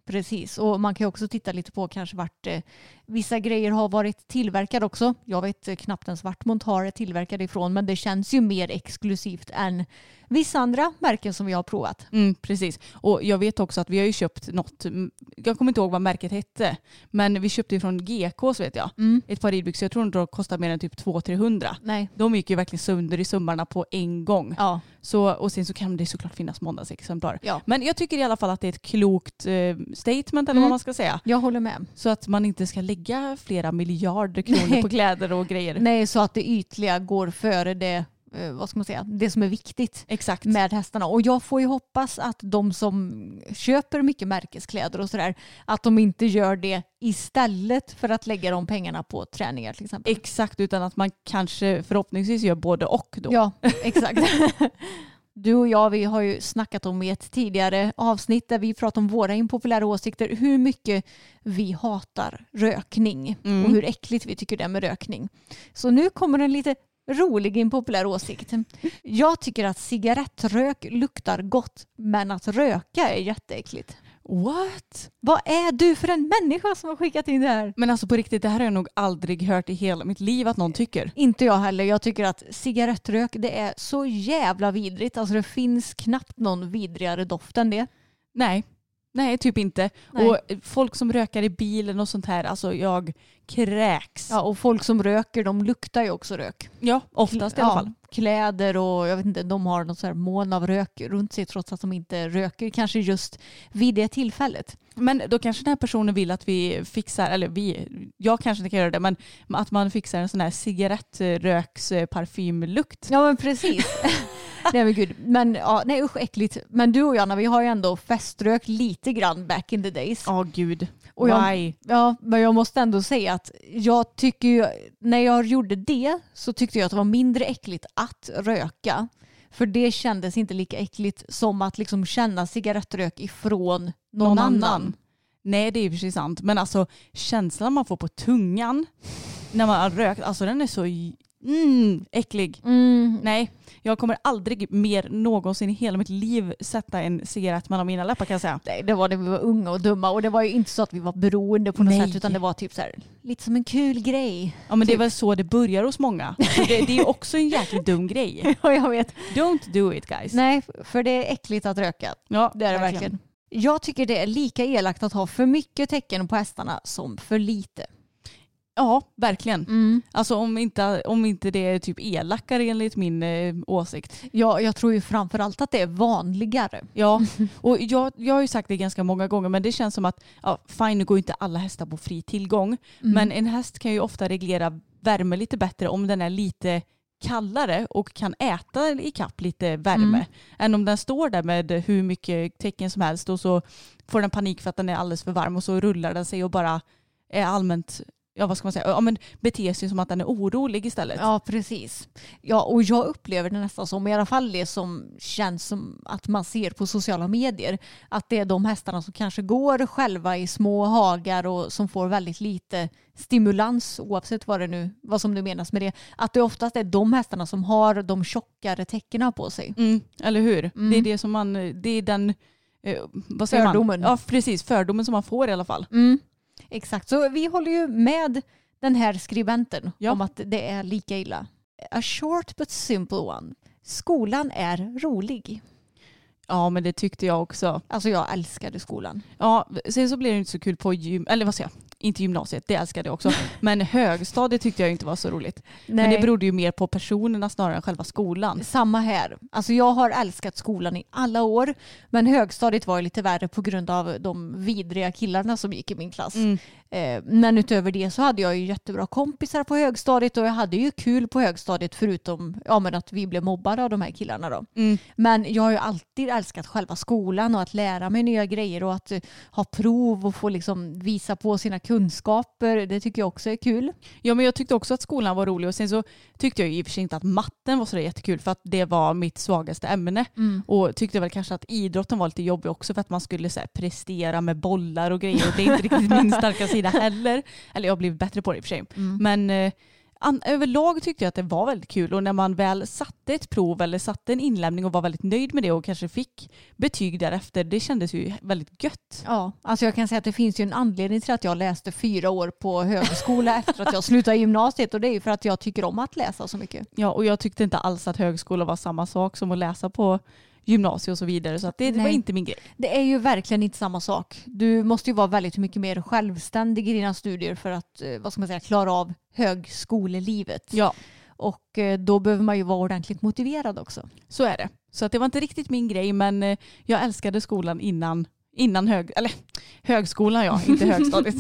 Precis, och man kan ju också titta lite på kanske vart vissa grejer har varit tillverkade också. Jag vet knappt ens vart Montar är tillverkade ifrån, men det känns ju mer exklusivt än vissa andra märken som vi har provat. Precis, och jag vet också att vi har ju köpt något, jag kommer inte ihåg vad märket hette, men vi köpte från GK så vet jag. Ett par ridbyxor, jag tror inte de kostar mer än typ 200-300. Nej. De gick ju verkligen sönder i sömmarna på en gång. Ja. Så, och sen så kan det såklart finnas måndagsexemplar. Ja. Men jag tycker i alla fall att det är ett klokt statement eller vad man ska säga. Jag håller med. Så att man inte ska lägga flera miljarder kronor på kläder och grejer. Nej, så att det ytliga går före det, vad ska man säga, det som är viktigt. Exakt. Med hästarna. Och jag får ju hoppas att de som köper mycket märkeskläder och sådär, att de inte gör det istället för att lägga de pengarna på träningar till exempel. Exakt, utan att man kanske förhoppningsvis gör både och då. Ja, exakt. Du och jag, vi har ju snackat om i ett tidigare avsnitt där vi pratar om våra impopulära åsikter, hur mycket vi hatar rökning och hur äckligt vi tycker det är med rökning. Så nu kommer en lite rolig impopulär åsikt. Jag tycker att cigarettrök luktar gott, men att röka är jätteäckligt. What? Vad är du för en människa som har skickat in det här? Men alltså på riktigt, det här har jag nog aldrig hört i hela mitt liv att någon tycker. Inte jag heller. Jag tycker att cigarettrök, det är så jävla vidrigt. Alltså det finns knappt någon vidrigare doft än det. Nej, typ inte. Nej. Och folk som rökar i bilen och sånt här, alltså jag kräks. Ja, och folk som röker, de luktar ju också rök. Ja, oftast i alla fall. Kläder och jag vet inte, de har något så här moln av rök runt sig trots att de inte röker, kanske just vid det tillfället. Men då kanske den här personen vill att vi fixar, eller jag kanske inte kan göra det, men att man fixar en sån här cigarettröksparfymlukt. Ja, men precis. Nej men gud, men ja, nej usch äckligt. Men du och Jana, vi har ju ändå feströkt lite grann back in the days. Ja, gud. Och men jag måste ändå säga att jag tycker ju, när jag gjorde det så tyckte jag att det var mindre äckligt att röka. För det kändes inte lika äckligt som att liksom känna cigarettrök ifrån någon annan. Nej, det är ju precis sant. Men alltså känslan man får på tungan när man har rökt, alltså den är så äcklig. Nej, jag kommer aldrig mer någonsin i hela mitt liv sätta en cigarett mellan mina läppar kan jag säga. Nej, det var när vi var unga och dumma och det var ju inte så att vi var beroende på något sätt utan det var typ så här, lite som en kul grej. Ja, men typ. det är väl så det börjar hos många. Så det är också en jäkligt dum grej. Ja, jag vet. Don't do it guys. Nej, för det är äckligt att röka. Ja, det är det verkligen. Jag tycker det är lika elakt att ha för mycket tecken på hästarna som för lite. Ja, verkligen. Alltså om inte det är typ elakare enligt min åsikt. Ja, jag tror ju framförallt att det är vanligare. Ja, och jag har ju sagt det ganska många gånger, men det känns som att fine, nu går inte alla hästar på fri tillgång. Men en häst kan ju ofta reglera värme lite bättre om den är lite kallare och kan äta i kapp lite värme än om den står där med hur mycket tecken som helst och så får den panik för att den är alldeles för varm och så rullar den sig och bara är allmänt, vad ska man säga, men beter sig som att den är orolig istället. Ja, precis. Ja, och jag upplever det nästan som, i alla fall det som känns som att man ser på sociala medier, att det är de hästarna som kanske går själva i små hagar och som får väldigt lite stimulans, oavsett vad som nu menas med det, att det oftast är de hästarna som har de tjockare tecknen på sig. Eller hur? Det är det som det är den vad säger fördomen. Man? Ja, precis, fördomen som man får i alla fall. Exakt, så vi håller ju med den här skribenten om att det är lika illa. A short but simple one. Skolan är rolig. Ja, men det tyckte jag också. Alltså jag älskade skolan. Ja, sen så blev det inte så kul på inte gymnasiet, det älskade jag också. Men högstadiet tyckte jag inte var så roligt. Nej. Men det berodde ju mer på personerna snarare än själva skolan. Samma här. Alltså jag har älskat skolan i alla år. Men högstadiet var ju lite värre på grund av de vidriga killarna som gick i min klass. Men utöver det så hade jag ju jättebra kompisar på högstadiet och jag hade ju kul på högstadiet förutom att vi blev mobbade av de här killarna då. Men jag har ju alltid älskat själva skolan och att lära mig nya grejer och att ha prov och få liksom visa på sina kunskaper. Det tycker jag också är kul. Ja, men jag tyckte också att skolan var rolig och sen så tyckte jag i och för sig inte att matten var så jättekul för att det var mitt svagaste ämne. Och tyckte väl kanske att idrotten var lite jobbig också för att man skulle så här, prestera med bollar och grejer och det är inte riktigt min starka sida heller. Eller jag har blivit bättre på det i och för sig. Men överlag tyckte jag att det var väldigt kul, och när man väl satte ett prov eller satte en inlämning och var väldigt nöjd med det och kanske fick betyg därefter, det kändes ju väldigt gött. Ja, alltså jag kan säga att det finns ju en anledning till att jag läste 4 år på högskola efter att jag slutade gymnasiet, och det är ju för att jag tycker om att läsa så mycket. Ja, och jag tyckte inte alls att högskola var samma sak som att läsa på gymnasiet och så vidare, så att det var inte min grej. Det är ju verkligen inte samma sak. Du måste ju vara väldigt mycket mer självständig i dina studier för att klara av högskolelivet. Ja. Och då behöver man ju vara ordentligt motiverad också. Så är det. Så att det var inte riktigt min grej, men jag älskade skolan innan högskolan, ja, inte högstadiet.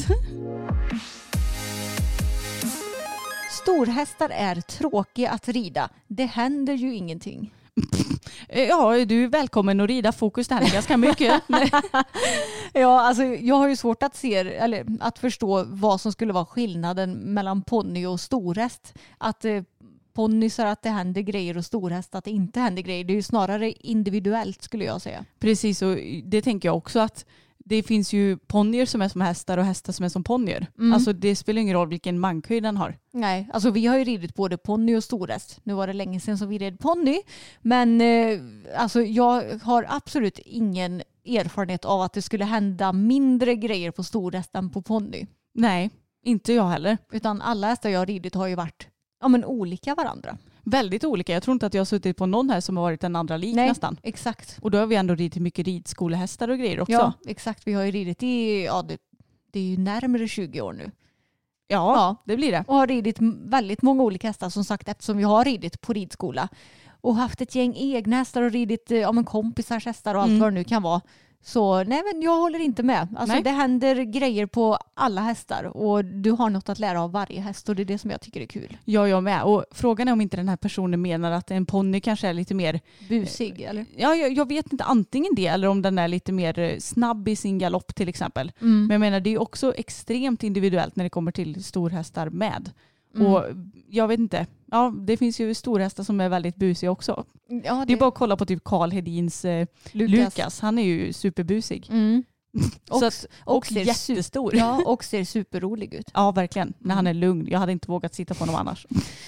Storhästar är tråkiga att rida. Det händer ju ingenting. Ja, du är välkommen att rida. Fokus det här ganska mycket. Ja, alltså jag har ju svårt att förstå vad som skulle vara skillnaden mellan ponny och storhäst. Att ponnysar att det händer grejer och storhäst att det inte händer grejer. Det är ju snarare individuellt, skulle jag säga. Precis, och det tänker jag också, att det finns ju ponnyer som är som hästar och hästar som är som ponnyer. Alltså det spelar ingen roll vilken mankhöjd den har. Nej, alltså vi har ju ridit både ponny och storhäst. Nu var det länge sedan som vi red ponny. Men alltså jag har absolut ingen erfarenhet av att det skulle hända mindre grejer på storhäst än på ponny. Nej, inte jag heller. Utan alla hästar jag har ridit har ju varit olika varandra. Väldigt olika. Jag tror inte att jag har suttit på någon här som har varit den andra lik. Nej, nästan. Exakt. Och då har vi ändå ridit mycket ridskolehästar och grejer också. Ja, exakt. Vi har ju ridit i, det är ju närmare 20 år nu. Ja, det blir det. Och har ridit väldigt många olika hästar, som sagt, eftersom vi har ridit på ridskola. Och haft ett gäng egna hästar och ridit kompisars hästar och allt vad det nu kan vara. Så nej, men jag håller inte med. Alltså det händer grejer på alla hästar och du har något att lära av varje häst, och det är det som jag tycker är kul. Ja, jag med. Och frågan är om inte den här personen menar att en ponny kanske är lite mer busig, eller? Ja, jag vet inte, antingen det eller om den är lite mer snabb i sin galopp till exempel. Men jag menar, det är också extremt individuellt när det kommer till storhästar med. Och jag vet inte. Ja, det finns ju storhästar som är väldigt busiga också. Ja, det är bara att kolla på typ Carl Hedins Lukas. Han är ju superbusig. Och jättestor. Ja, och ser superrolig ut. Ja, verkligen. När han är lugn. Jag hade inte vågat sitta på honom annars.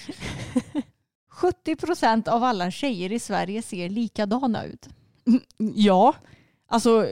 70% av alla tjejer i Sverige ser likadana ut. Ja. Alltså,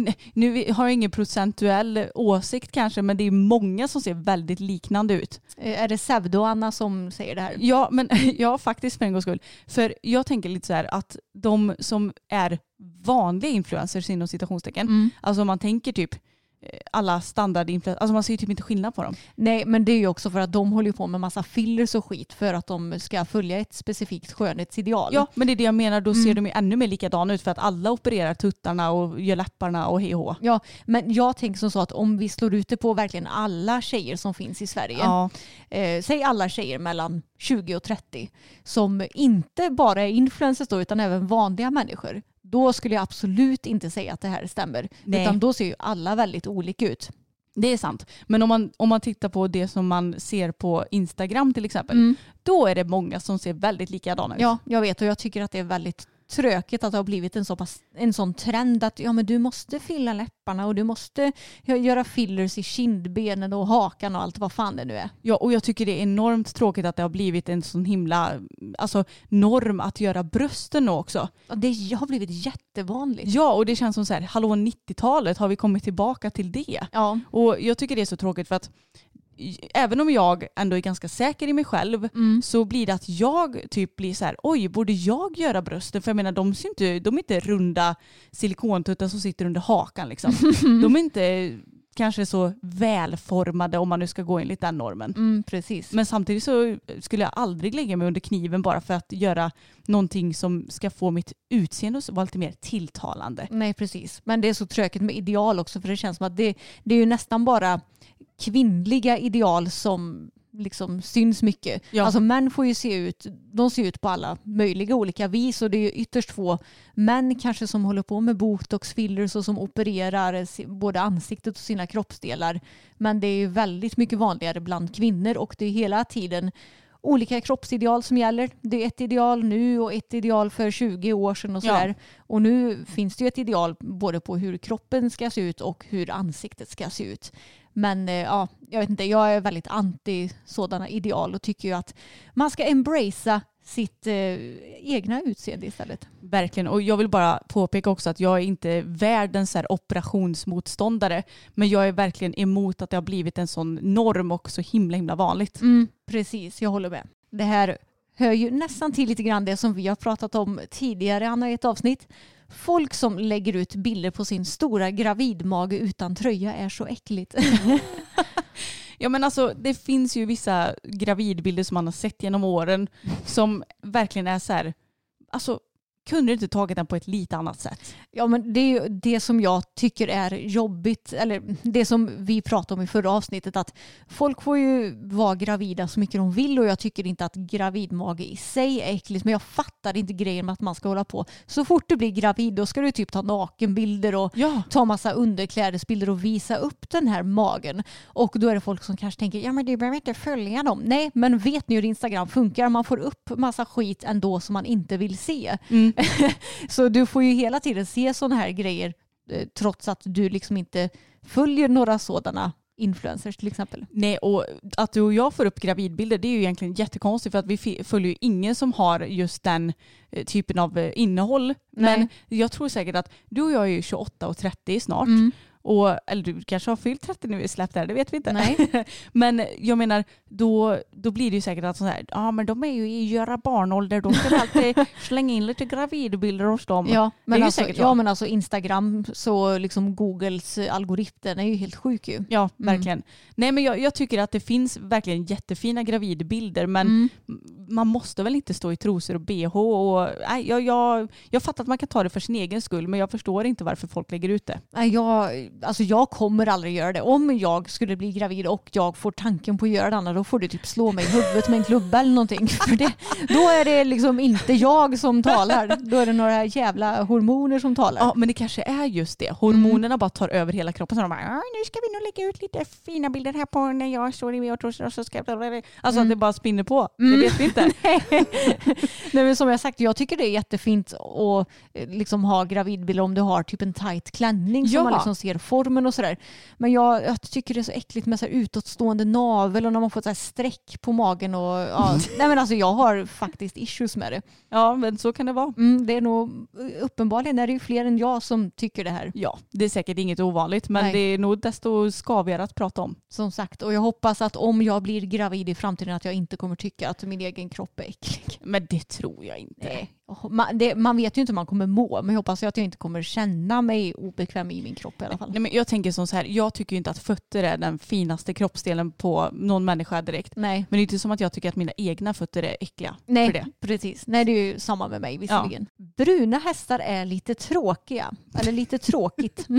nu har jag ingen procentuell åsikt kanske, men det är många som ser väldigt liknande ut. Är det Pseudo-Anna som säger det här? Ja, men ja, faktiskt för en gångs skull. För jag tänker lite så här att de som är vanliga influencers inom citationstecken, alltså om man tänker typ alla standardinfluencers, alltså man ser ju typ inte skillnad på dem. Nej, men det är ju också för att de håller på med massa fillers och skit för att de ska följa ett specifikt skönhetsideal. Ja, men det är det jag menar, då ser de ju ännu mer likadana ut för att alla opererar tuttarna och gör läpparna och hej. Ja, men jag tänker som så att om vi slår ut det på verkligen alla tjejer som finns i Sverige, säg alla tjejer mellan 20 och 30 som inte bara är influencers då, utan även vanliga människor, då skulle jag absolut inte säga att det här stämmer. Nej. Utan då ser ju alla väldigt olika ut. Det är sant. Men om man tittar på det som man ser på Instagram till exempel, då är det många som ser väldigt likadana ut. Ja, jag vet, och jag tycker att det är väldigt tråkigt att det har blivit en sån trend att men du måste fylla läpparna och du måste göra fillers i kindbenen och hakan och allt vad fan det nu är. Ja, och jag tycker det är enormt tråkigt att det har blivit en sån himla norm att göra brösten också. Ja, det har blivit jättevanligt. Ja, och det känns som så här, hallå 90-talet, har vi kommit tillbaka till det? Ja. Och jag tycker det är så tråkigt för att även om jag ändå är ganska säker i mig själv så blir det att jag typ blir så här, oj, borde jag göra brösten? För jag menar, de är inte runda silikontuttar som sitter under hakan liksom. De är inte kanske så välformade om man nu ska gå enligt den normen. Precis. Men samtidigt så skulle jag aldrig lägga mig under kniven bara för att göra någonting som ska få mitt utseende att vara lite mer tilltalande. Nej, precis. Men det är så tråkigt med ideal också, för det känns som att det är ju nästan bara kvinnliga ideal som liksom syns mycket. Ja. Alltså män får ju ser ut på alla möjliga olika vis, och det är ju ytterst få män kanske som håller på med botox, fillers och som opererar både ansiktet och sina kroppsdelar. Men det är ju väldigt mycket vanligare bland kvinnor, och det är hela tiden olika kroppsideal som gäller. Det är ett ideal nu och ett ideal för 20 år sedan och sådär. Ja. Och nu finns det ju ett ideal både på hur kroppen ska se ut och hur ansiktet ska se ut. Men ja, jag vet inte, jag är väldigt anti sådana ideal och tycker ju att man ska embracea sitt egna utseende istället. Verkligen, och jag vill bara påpeka också att jag är inte världens här operationsmotståndare, men jag är verkligen emot att det har blivit en sån norm och så himla vanligt. Precis, jag håller med. Det här hör ju nästan till lite grann det som vi har pratat om tidigare, Anna, i ett avsnitt. Folk som lägger ut bilder på sin stora gravidmage utan tröja är så äckligt. Ja, men alltså det finns ju vissa gravidbilder som man har sett genom åren som verkligen är så här, alltså kunde du inte tagit den på ett lite annat sätt? Ja, men det är ju det som jag tycker är jobbigt, eller det som vi pratade om i förra avsnittet, att folk får ju vara gravida så mycket de vill och jag tycker inte att gravidmage i sig är äckligt, men jag fattar inte grejen med att man ska hålla på. Så fort du blir gravid då ska du typ ta nakenbilder och ta massa underklädesbilder och visa upp den här magen. Och då är det folk som kanske tänker, ja men du behöver inte följa dem. Nej, men vet ni hur Instagram funkar? Man får upp massa skit ändå som man inte vill se. Så du får ju hela tiden se sådana här grejer trots att du liksom inte följer några sådana influencers till exempel. Nej, och att du och jag får upp gravidbilder, det är ju egentligen jättekonstigt för att vi följer ju ingen som har just den typen av innehåll. Nej. Men jag tror säkert att du och jag är ju 28 och 30 snart. Eller du kanske har fyllt 30 när vi släppt det här, det vet vi inte. Nej. Men jag menar, då blir det ju säkert att men de är ju i göra barnålder, då ska vi alltid slänga in lite gravidbilder hos dem. Ja, men alltså Instagram, så liksom Googles algoritm är ju helt sjuk ju. Ja, verkligen. Nej, men jag tycker att det finns verkligen jättefina gravidbilder, men man måste väl inte stå i trosor och bh. Och, jag fattar att man kan ta det för sin egen skull, men jag förstår inte varför folk lägger ut det. Jag kommer aldrig göra det. Om jag skulle bli gravid och jag får tanken på att göra det, då får du typ slå mig i huvudet med en klubba eller någonting. För då är det liksom inte jag som talar. Då är det några jävla hormoner som talar. Ja, men det kanske är just det. Hormonerna bara tar över hela kroppen. Så de bara, nu ska vi nog lägga ut lite fina bilder här på när jag står i och så ska alltså att det bara spinner på. Det vet vi inte. Nej, men som jag sagt, jag tycker det är jättefint att liksom ha gravidbilder om du har typ en tight klänning som man liksom ser formen och sådär. Men jag tycker det är så äckligt med så här utåtstående navel och när man får så här streck på magen och nej, men alltså jag har faktiskt issues med det. Ja, men så kan det vara. Det är nog uppenbarligen är det ju fler än jag som tycker det här. Ja, det är säkert inget ovanligt, men det är nog desto skavigare att prata om. Som sagt, och jag hoppas att om jag blir gravid i framtiden att jag inte kommer tycka att min egen kropp är äcklig. Men det tror jag inte. Nej. Man vet ju inte hur man kommer må, men jag hoppas att jag inte kommer känna mig obekväm i min kropp i alla fall. Nej, men jag tänker så här, jag tycker inte att fötter är den finaste kroppsdelen på någon människa direkt. Nej. Men det är inte som att jag tycker att mina egna fötter är äckliga. Nej, för det. Precis. Nej, det är ju samma med mig visserligen. Ja. Bruna hästar är lite tråkiga. Eller lite tråkigt.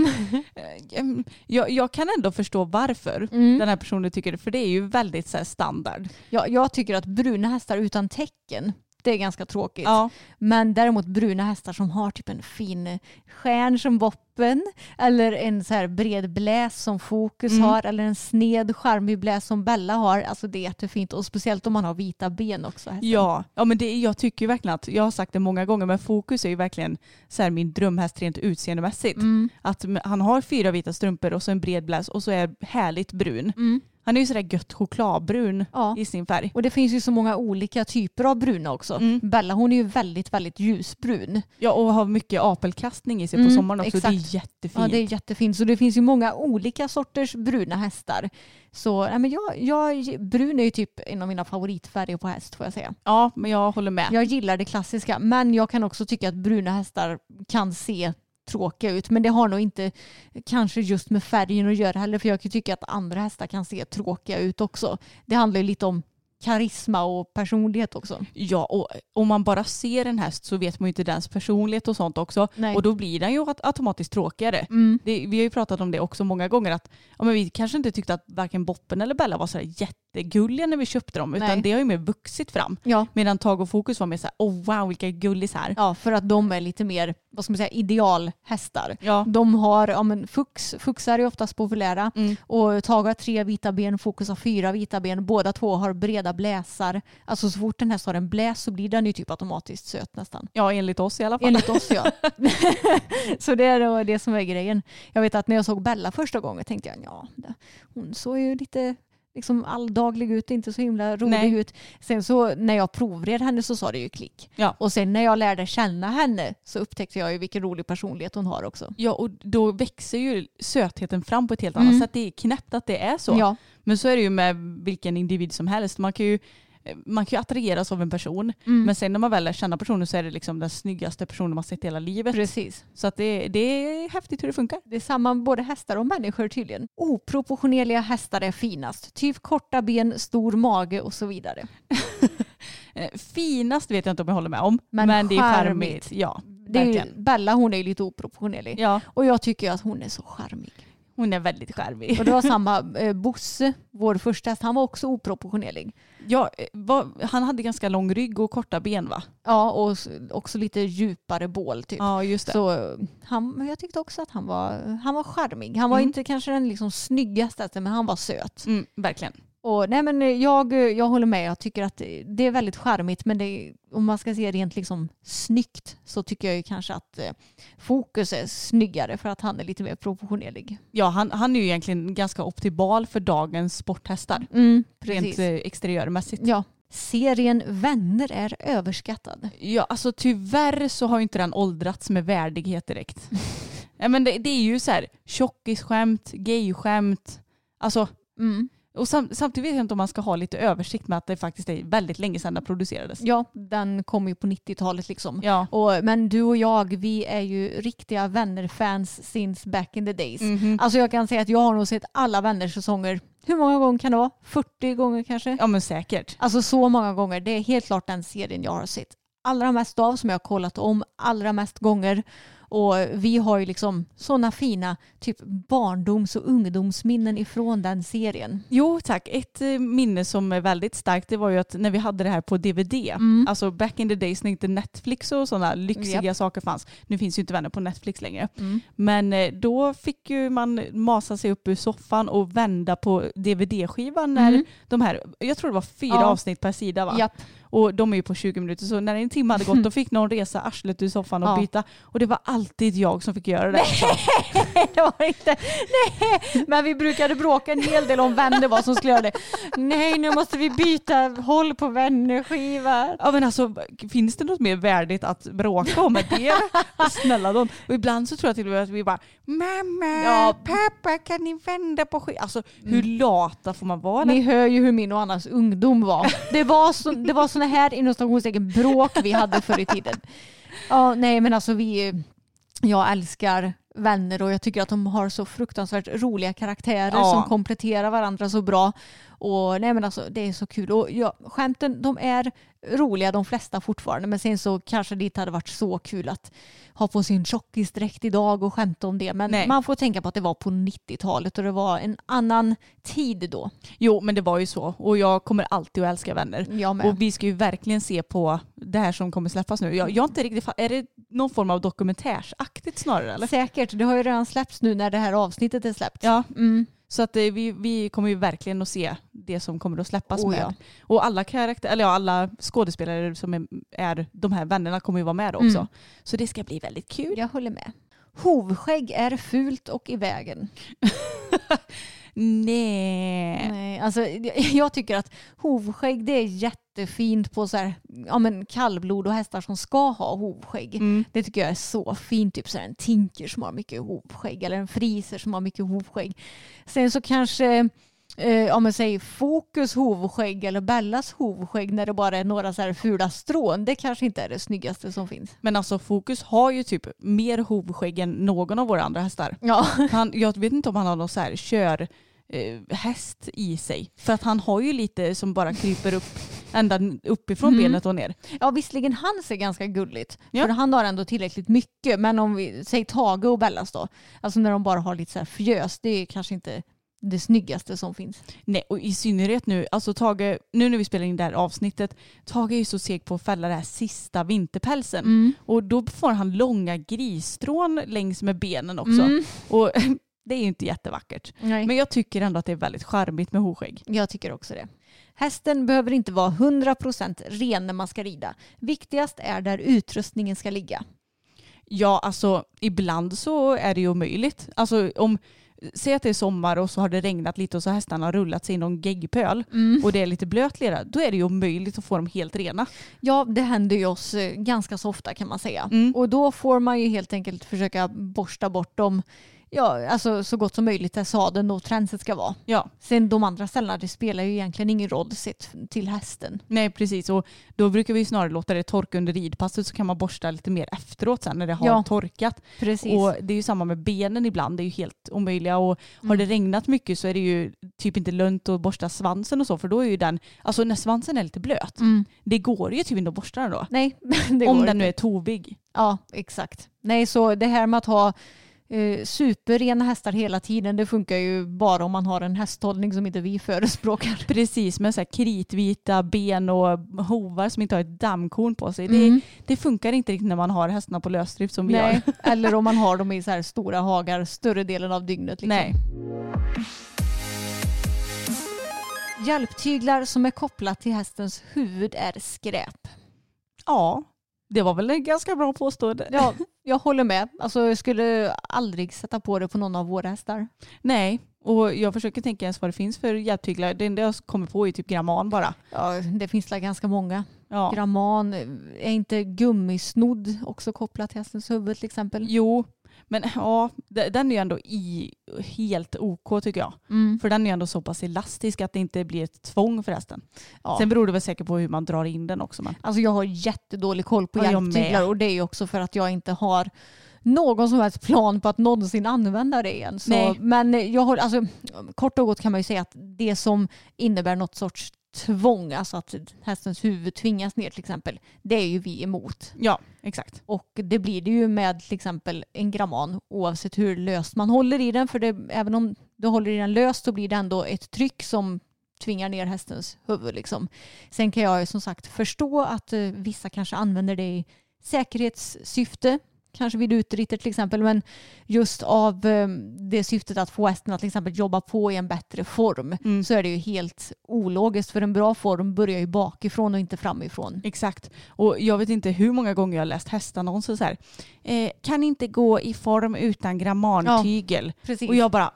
jag kan ändå förstå varför den här personen tycker det, för det är ju väldigt så här standard. Ja, jag tycker att bruna hästar utan tecken, det är ganska tråkigt. Ja. Men däremot bruna hästar som har typ en fin stjärn som boppen eller en så här bred bläs som Fokus har eller en sned charmig bläs som Bella har. Alltså det är jättefint och speciellt om man har vita ben också. Hästen. Ja, men jag tycker ju verkligen att, jag har sagt det många gånger, men Fokus är ju verkligen så här min drömhäst rent utseendemässigt. Att han har 4 vita strumpor och så en bred bläs och så är härligt brun. Han är ju sådär gött chokladbrun i sin färg. Och det finns ju så många olika typer av bruna också. Bella, hon är ju väldigt, väldigt ljusbrun. Ja, och har mycket apelkastning i sig på sommaren också. Exakt. Det är jättefint. Ja, det är jättefint. Så det finns ju många olika sorters bruna hästar. Så men brun är ju typ en av mina favoritfärger på häst, får jag säga. Ja, men jag håller med. Jag gillar det klassiska, men jag kan också tycka att bruna hästar kan se tråkiga ut, men det har nog inte kanske just med färgen att göra heller, för jag kan tycka att andra hästar kan se tråkiga ut också. Det handlar ju lite om karisma och personlighet också. Ja, och om man bara ser en häst så vet man ju inte dens personlighet och sånt också. Nej. Och då blir den ju automatiskt tråkigare. Vi har ju pratat om det också många gånger att men vi kanske inte tyckte att varken Boppen eller Bella var så här jättegulliga när vi köpte dem, utan det har ju mer vuxit fram. Ja. Medan Tag och Fokus var mer så här, wow, vilka gullis här. Ja, för att de är lite mer, vad ska man säga, idealhästar. Ja. De har, Fuxar är oftast populära och Tag har 3 vita ben, Fokus har 4 vita ben. Båda två har breda båda bläsar. Alltså så fort den här har en bläs så blir den ju typ automatiskt söt nästan. Ja, enligt oss i alla fall. Enligt oss, ja. Så det är då det som är grejen. Jag vet att när jag såg Bella första gången tänkte jag, hon såg ju lite liksom alldaglig ut, inte så himla rolig ut. Sen så när jag provred henne så sa det ju klick. Ja. Och sen när jag lärde känna henne så upptäckte jag ju vilken rolig personlighet hon har också. Ja, och då växer ju sötheten fram på ett helt annat sätt. Det är knäppt att det är så. Ja. Men så är det ju med vilken individ som helst. Man kan ju attraheras av en person. Men sen när man väl lär känna personen så är det liksom den snyggaste personen man sett hela livet. Precis. Så att det är häftigt hur det funkar. Det är samma både hästar och människor tydligen. Oproportionerliga hästar är finast. Typ korta ben, stor mage och så vidare. Finast vet jag inte om jag håller med om. Men det är charmigt. Ja, det är Bella, hon är lite oproportionerlig. Ja. Och jag tycker att hon är så charmig. Hon är väldigt charmig. Och det var samma Bosse, vår första häst, han var också oproportionerlig. Ja, han hade ganska lång rygg och korta ben va? Ja, och också lite djupare bål typ. Ja, just det. Så jag tyckte också att han var charmig. Han var inte kanske den liksom snyggaste, men han var söt. Verkligen. Och, nej, men jag håller med. Jag tycker att det är väldigt charmigt, men om man ska se rent liksom snyggt så tycker jag ju kanske att Fokus är snyggare för att han är lite mer proportionerlig. Ja, han är ju egentligen ganska optimal för dagens sporthästar. Rent exteriörmässigt. Ja. Serien Vänner är överskattad. Ja, alltså tyvärr så har ju inte den åldrats med värdighet direkt. Ja, men det är ju så här tjockisskämt, gayskämt. Alltså... Och samtidigt vet jag inte om man ska ha lite översikt med att det faktiskt är väldigt länge sedan den producerades. Ja, den kom ju på 90-talet liksom. Ja. Men du och jag, vi är ju riktiga Vänner-fans since back in the days. Alltså jag kan säga att jag har nog sett alla Vänner-säsonger. Hur många gånger kan det vara? 40 gånger kanske? Ja, men säkert. Alltså så många gånger. Det är helt klart den serien jag har sett allra mest av, som jag har kollat om allra mest gånger. Och vi har ju liksom sådana fina typ barndoms- och ungdomsminnen ifrån den serien. Jo tack, ett minne som är väldigt starkt, det var ju att när vi hade det här på DVD, alltså back in the days när inte Netflix och sådana lyxiga saker fanns. Nu finns ju inte Vänner på Netflix längre. Men då fick ju man masa sig upp ur soffan och vända på DVD-skivan när de här, jag tror det var 4 avsnitt per sida va? Japp. Och de är ju på 20 minuter, så när en timme hade gått då fick någon resa arslet ur soffan och byta. Och det var alltid jag som fick göra det. Det var inte. Nej, men vi brukade bråka en hel del om Vänner vad som skulle göra det. Nej, nu måste vi byta håll på Vännerskiva. Ja, men alltså, finns det något mer värdigt att bråka om det? Snälla dem. Och ibland så tror jag till och med att vi bara, mamma, pappa, kan ni vända på skivan? Alltså, hur lata får man vara? Ni hör ju hur min och Annas ungdom var. Det var såna här inom bråk vi hade förr i tiden. Ja, nej men alltså jag älskar Vänner och jag tycker att de har så fruktansvärt roliga karaktärer som kompletterar varandra så bra. Och nej men alltså det är så kul. Och skämten, de är roliga de flesta fortfarande, men sen så kanske det inte hade varit så kul att ha på sin tjockisdräkt idag och skämta om det. Men man får tänka på att det var på 90-talet och det var en annan tid då. Jo, men det var ju så. Och jag kommer alltid att älska Vänner. Och vi ska ju verkligen se på det här som kommer släppas nu. Jag inte riktigt, är det någon form av dokumentärsaktigt snarare? Eller? Säkert. Det har ju redan släppts nu när det här avsnittet är släppt. Ja. Så att vi kommer ju verkligen att se det som kommer att släppas med. Ja. Och alla alla skådespelare som är de här vännerna kommer ju vara med också. Så det ska bli väldigt kul. Jag håller med. Hovskägg är fult och i vägen. Nej, alltså jag tycker att hovskägg det är jättefint på så här, kallblod och hästar som ska ha hovskägg. Det tycker jag är så fint, typ så här en tinker som har mycket hovskägg eller en friser som har mycket hovskägg. Sen så kanske om man säger Fokus hovskägg eller Bellas hovskägg när det bara är några så här fula strån, det kanske inte är det snyggaste som finns. Men alltså Fokus har ju typ mer hovskägg än någon av våra andra hästar. Ja. Jag vet inte om han har någon så här häst i sig. För att han har ju lite som bara kryper upp ända uppifrån benet och ner. Ja, visserligen han ser ganska gulligt. Ja. För han har ändå tillräckligt mycket. Men om vi säger Tage och Bellas då. Alltså när de bara har lite så här fjös. Det är kanske inte det snyggaste som finns. Nej, och i synnerhet nu. Alltså Tage, nu när vi spelar in det här avsnittet. Tage är ju så seg på att fälla det här sista vinterpälsen. Och då får han långa grisstrån längs med benen också. Och Det är ju inte jättevackert. Nej. Men jag tycker ändå att det är väldigt charmigt med hovskägg. Jag tycker också det. Hästen behöver inte vara 100% ren när man ska rida. Viktigast är där utrustningen ska ligga. Ja, alltså ibland så är det ju omöjligt. Alltså säg att det är sommar och så har det regnat lite och så hästarna har rullat sig i någon geggpöl och det är lite blöt lera. Då är det ju omöjligt att få dem helt rena. Ja, det händer ju oss ganska så ofta kan man säga. Och då får man ju helt enkelt försöka borsta bort dem. Ja, alltså så gott som möjligt där sadeln och tränset ska vara. Ja. Sen de andra ställena, det spelar ju egentligen ingen roll sett till hästen. Nej, precis. Och då brukar vi snarare låta det torka under ridpasset så kan man borsta lite mer efteråt sen när det har torkat. Precis. Och det är ju samma med benen ibland. Det är ju helt omöjliga. Och har det regnat mycket så är det ju typ inte lönt att borsta svansen och så. För då är ju den, alltså när svansen är lite blöt, det går ju typ inte att borsta den då. Nej, det om går den inte. nu är tovig. Ja, exakt. Nej, så det här med att ha superrena hästar hela tiden, det funkar ju bara om man har en hästhållning som inte vi förespråkar. Precis, med så här kritvita ben och hovar som inte har ett dammkorn på sig. Det funkar inte riktigt när man har hästarna på lösdrift som vi gör. Eller om man har dem i så här stora hagar större delen av dygnet. Liksom. Nej. Hjälptyglar som är kopplat till hästens huvud är skräp. Ja, det var väl en ganska bra påstående. Ja, jag håller med. Alltså, jag skulle aldrig sätta på det på någon av våra hästar. Nej, och jag försöker tänka ens vad det finns för hjälptyglar. Det enda jag kommer på är typ gramman bara. Ja, det finns där ganska många. Ja. Gramman, är inte gummisnodd också kopplat till hästens huvud till exempel? Jo, men ja, den är ju ändå helt OK tycker jag. För den är ju ändå så pass elastisk att det inte blir ett tvång för hästen. Ja. Sen beror det väl säkert på hur man drar in den också. Men. Alltså jag har jättedålig koll på Ja, hjälptyglar och det är ju också för att jag inte har någon som helst plan på att någonsin använda det igen. Så, men jag har, alltså, kort och gott kan man ju säga att det som innebär något sorts tvång, alltså att hästens huvud tvingas ner till exempel, det är ju vi emot. Ja, exakt. Och det blir det ju med till exempel en gramman oavsett hur löst man håller i den, för det, även om du håller i den löst så blir det ändå ett tryck som tvingar ner hästens huvud liksom. Sen kan jag ju som sagt förstå att vissa kanske använder det i säkerhetssyfte, kanske vid utritter till exempel, men just av det syftet att få hästen att till exempel jobba på i en bättre form så är det ju helt ologiskt, för en bra form börjar ju bakifrån och inte framifrån. Exakt. Och jag vet inte hur många gånger jag har läst hästannonser så här. Kan inte gå i form utan grammantygel. Ja, precis. Och jag bara,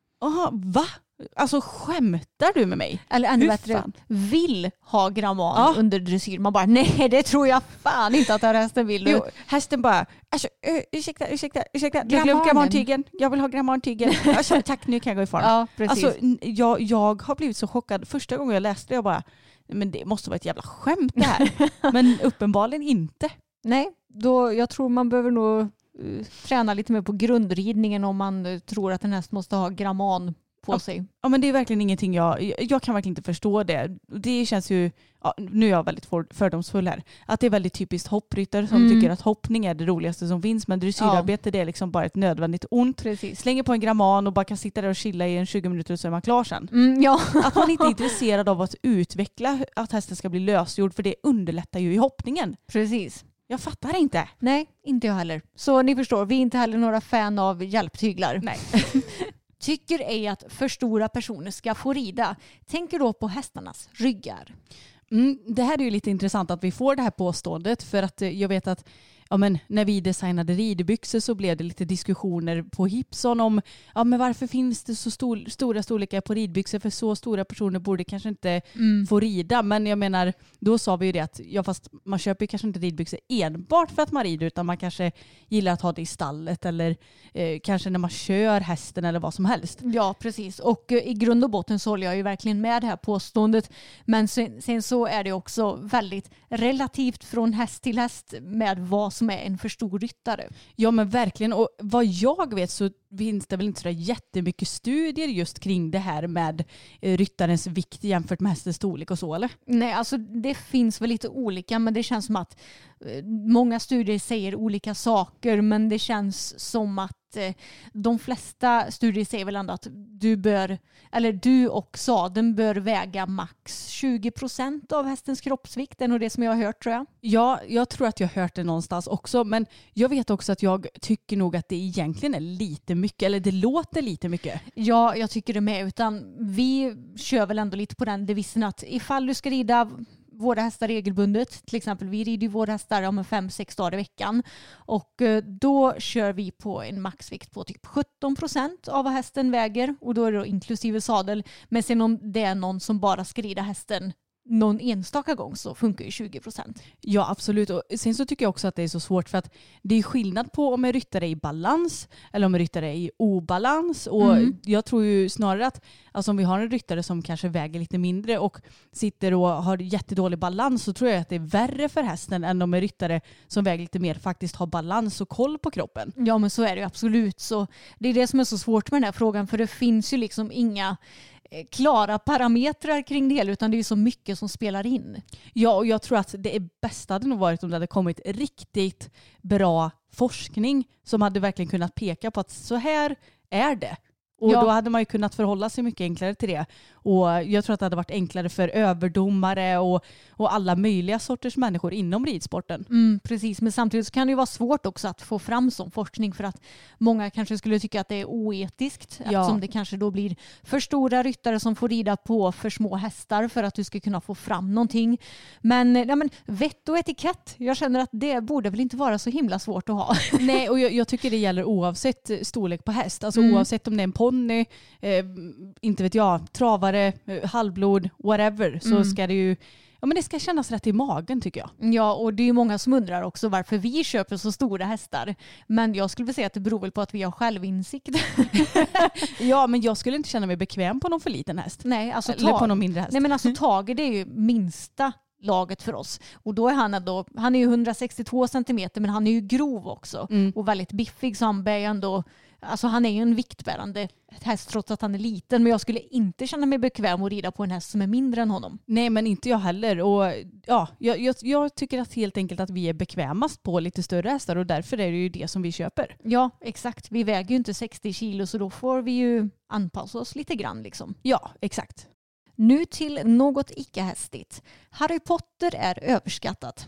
va? Alltså skämtar du med mig? Eller ännu bättre, vill ha gramman under dressyr. Man bara, nej det tror jag fan inte att hästen vill. Jo, hästen bara, alltså, ursäkta. Du glömde grammantygen. Jag vill ha grammantygen. Alltså, tack, nu kan jag gå i form. Ja, precis. Alltså, jag har blivit så chockad. Första gången jag läste det, jag bara, men det måste vara ett jävla skämt det här. Men uppenbarligen inte. Nej, jag tror man behöver nog träna lite mer på grundridningen om man tror att en häst måste ha gramman på sig. Ja, men det är verkligen ingenting jag kan verkligen inte förstå det. Det känns ju, nu är jag väldigt fördomsfull här, att det är väldigt typiskt hoppryttare som tycker att hoppning är det roligaste som finns, men dressyrarbete det är liksom bara ett nödvändigt ont. Precis. Slänger på en gramman och bara kan sitta där och chilla i 20 minuter och så är man klar sen. Ja. Att man inte är intresserad av att utveckla att hästen ska bli lösgjord, för det underlättar ju i hoppningen. Precis. Jag fattar inte. Nej, inte jag heller. Så ni förstår, vi är inte heller några fan av hjälptyglar. Nej. Tycker ej att för stora personer ska få rida. Tänker då på hästarnas ryggar. Det här är ju lite intressant att vi får det här påståendet, för att jag vet att när vi designade ridbyxor så blev det lite diskussioner på Hipson om men varför finns det så stora storlekar på ridbyxor, för så stora personer borde kanske inte få rida. Men jag menar, då sa vi ju det att fast man köper ju kanske inte ridbyxor enbart för att man rider, utan man kanske gillar att ha det i stallet eller kanske när man kör hästen eller vad som helst. Ja, precis. Och i grund och botten så håller jag ju verkligen med det här påståendet. Men sen så är det också väldigt relativt från häst till häst med vad som är en för stor ryttare. Ja, men verkligen. Och vad jag vet så finns det väl inte så jättemycket studier just kring det här med ryttarens vikt jämfört med hästens storlek och så, eller? Nej, alltså det finns väl lite olika, men det känns som att många studier säger olika saker, men det känns som att de flesta studier säger väl ändå att du och sadeln bör väga max 20% av hästens kroppsvikt. Det är nog det som jag har hört, tror jag. Ja, jag tror att jag har hört det någonstans också, men jag vet också att jag tycker nog att det egentligen är lite mycket, eller det låter lite mycket. Ja, jag tycker det med. Utan vi kör väl ändå lite på den devisen att ifall du ska rida våra hästar regelbundet, till exempel vi rider ju våra hästar 5-6 dagar i veckan, och då kör vi på en maxvikt på typ 17% av vad hästen väger, och då är det då inklusive sadel. Men sen om det är någon som bara ska rida hästen någon enstaka gång så funkar ju 20%. Ja, absolut. Och sen så tycker jag också att det är så svårt för att det är skillnad på om en ryttare är i balans eller om en ryttare är i obalans. Och jag tror ju snarare att alltså om vi har en ryttare som kanske väger lite mindre och sitter och har jättedålig balans, så tror jag att det är värre för hästen än om en ryttare som väger lite mer faktiskt har balans och koll på kroppen. Ja, men så är det ju absolut. Så det är det som är så svårt med den här frågan, för det finns ju liksom inga klara parametrar kring det hela, utan det är ju så mycket som spelar in. Ja, och jag tror att det bästa hade nog varit om det hade kommit riktigt bra forskning som hade verkligen kunnat peka på att så här är det. Och då hade man ju kunnat förhålla sig mycket enklare till det. Och jag tror att det hade varit enklare för överdomare och alla möjliga sorters människor inom ridsporten. Precis, men samtidigt så kan det ju vara svårt också att få fram sån forskning, för att många kanske skulle tycka att det är oetiskt, eftersom det kanske då blir för stora ryttare som får rida på för små hästar för att du ska kunna få fram någonting. Men vett och etikett, jag känner att det borde väl inte vara så himla svårt att ha. Nej, och jag tycker det gäller oavsett storlek på häst. Alltså oavsett om det är en ponny, inte vet jag, travare, halvblod, whatever, så ska det ju det ska kännas rätt i magen tycker jag. Ja, och det är många som undrar också varför vi köper så stora hästar. Men jag skulle vilja säga att det beror väl på att vi har självinsikt. Ja, men jag skulle inte känna mig bekväm på någon för liten häst. Nej, alltså eller på någon mindre häst. Nej, men alltså Tage, det är ju minsta laget för oss. Och då är han är ju 162 centimeter, men han är ju grov också. Och väldigt biffig, så han bär ändå, alltså han är ju en viktbärande häst trots att han är liten, men jag skulle inte känna mig bekväm att rida på en häst som är mindre än honom. Nej, men inte jag heller. Och ja, jag tycker att helt enkelt att vi är bekvämast på lite större hästar, och därför är det ju det som vi köper. Ja, exakt. Vi väger ju inte 60 kilo, så då får vi ju anpassa oss lite grann liksom. Ja, exakt. Nu till något icke-hästigt. Harry Potter är överskattat.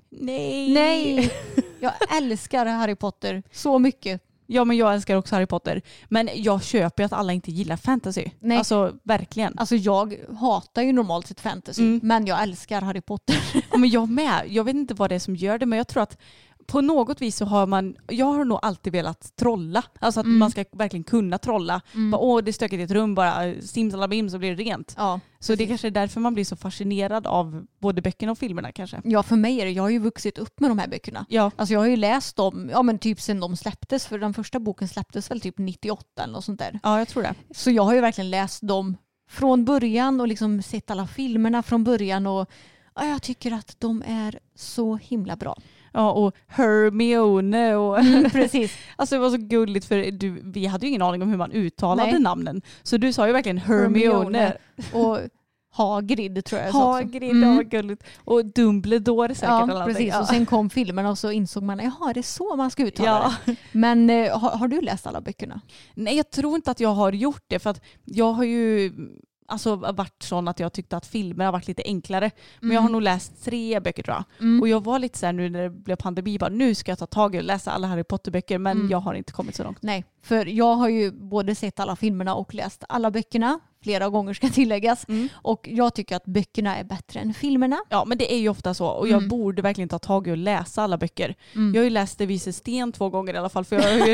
Nej. Jag älskar Harry Potter så mycket. Ja, men jag älskar också Harry Potter. Men jag köper att alla inte gillar fantasy. Nej. Alltså, verkligen. Alltså jag hatar ju normalt sett fantasy, men jag älskar Harry Potter. Ja, men jag med. Jag vet inte vad det är som gör det, men jag tror att på något vis så jag har nog alltid velat trolla. Alltså att man ska verkligen kunna trolla. Bara, det är stökigt i ett rum, bara simsalabim så blir det rent. Ja, så det är kanske därför man blir så fascinerad av både böckerna och filmerna kanske. Ja, för mig är det. Jag har ju vuxit upp med de här böckerna. Ja. Alltså jag har ju läst dem, men typ sen de släpptes, för den första boken släpptes väl typ 98 eller något sånt där. Ja, jag tror det. Så jag har ju verkligen läst dem från början och liksom sett alla filmerna från början, och jag tycker att de är så himla bra. Ja, och Hermione och precis. Alltså det var så gulligt, för vi hade ju ingen aning om hur man uttalade namnen. Så du sa ju verkligen Hermione. Och Hagrid tror jag. Hagrid, det var gulligt. Och Dumbledore säkert. Ja, precis. Ja. Och sen kom filmerna och så insåg man, jaha, det är så man ska uttala det. Men har du läst alla böckerna? Nej, jag tror inte att jag har gjort det, för att jag har ju varit sån att jag tyckte att filmer har varit lite enklare. Men jag har nog läst 3 böcker tror jag. Och jag var lite så här nu när det blev pandemi, bara nu ska jag ta tag i och läsa alla Harry Potter-böcker, men jag har inte kommit så långt. Nej, för jag har ju både sett alla filmerna och läst alla böckerna. Flera gånger ska tilläggas. Och jag tycker att böckerna är bättre än filmerna. Ja, men det är ju ofta så. Och jag borde verkligen ta tag i och läsa alla böcker. Jag har ju läst Det visar sten 2 gånger i alla fall. För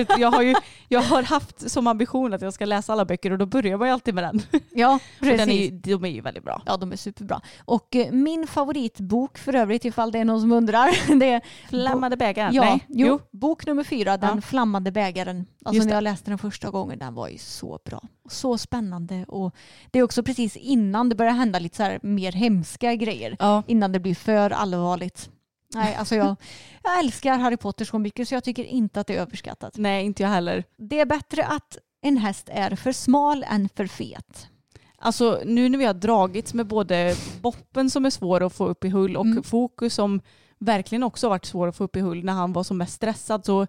jag har haft som ambition att jag ska läsa alla böcker, och då börjar man ju alltid med den. Ja, precis. De är ju väldigt bra. Ja, de är superbra. Och min favoritbok för övrigt, ifall det är någon som undrar, det är Flammande bägaren. Ja, Nej. Jo, bok nummer 4, Den flammande bägaren. Alltså när jag läste den första gången, den var ju så bra. Så spännande, och det är också precis innan det börjar hända lite så här mer hemska grejer. Ja. Innan det blir för allvarligt. Nej, alltså jag älskar Harry Potter så mycket, så jag tycker inte att det är överskattat. Nej, inte jag heller. Det är bättre att en häst är för smal än för fet. Alltså nu när vi har dragits med både boppen som är svår att få upp i hull och Fokus som verkligen också har varit svår att få upp i hull när han var som mest stressad, så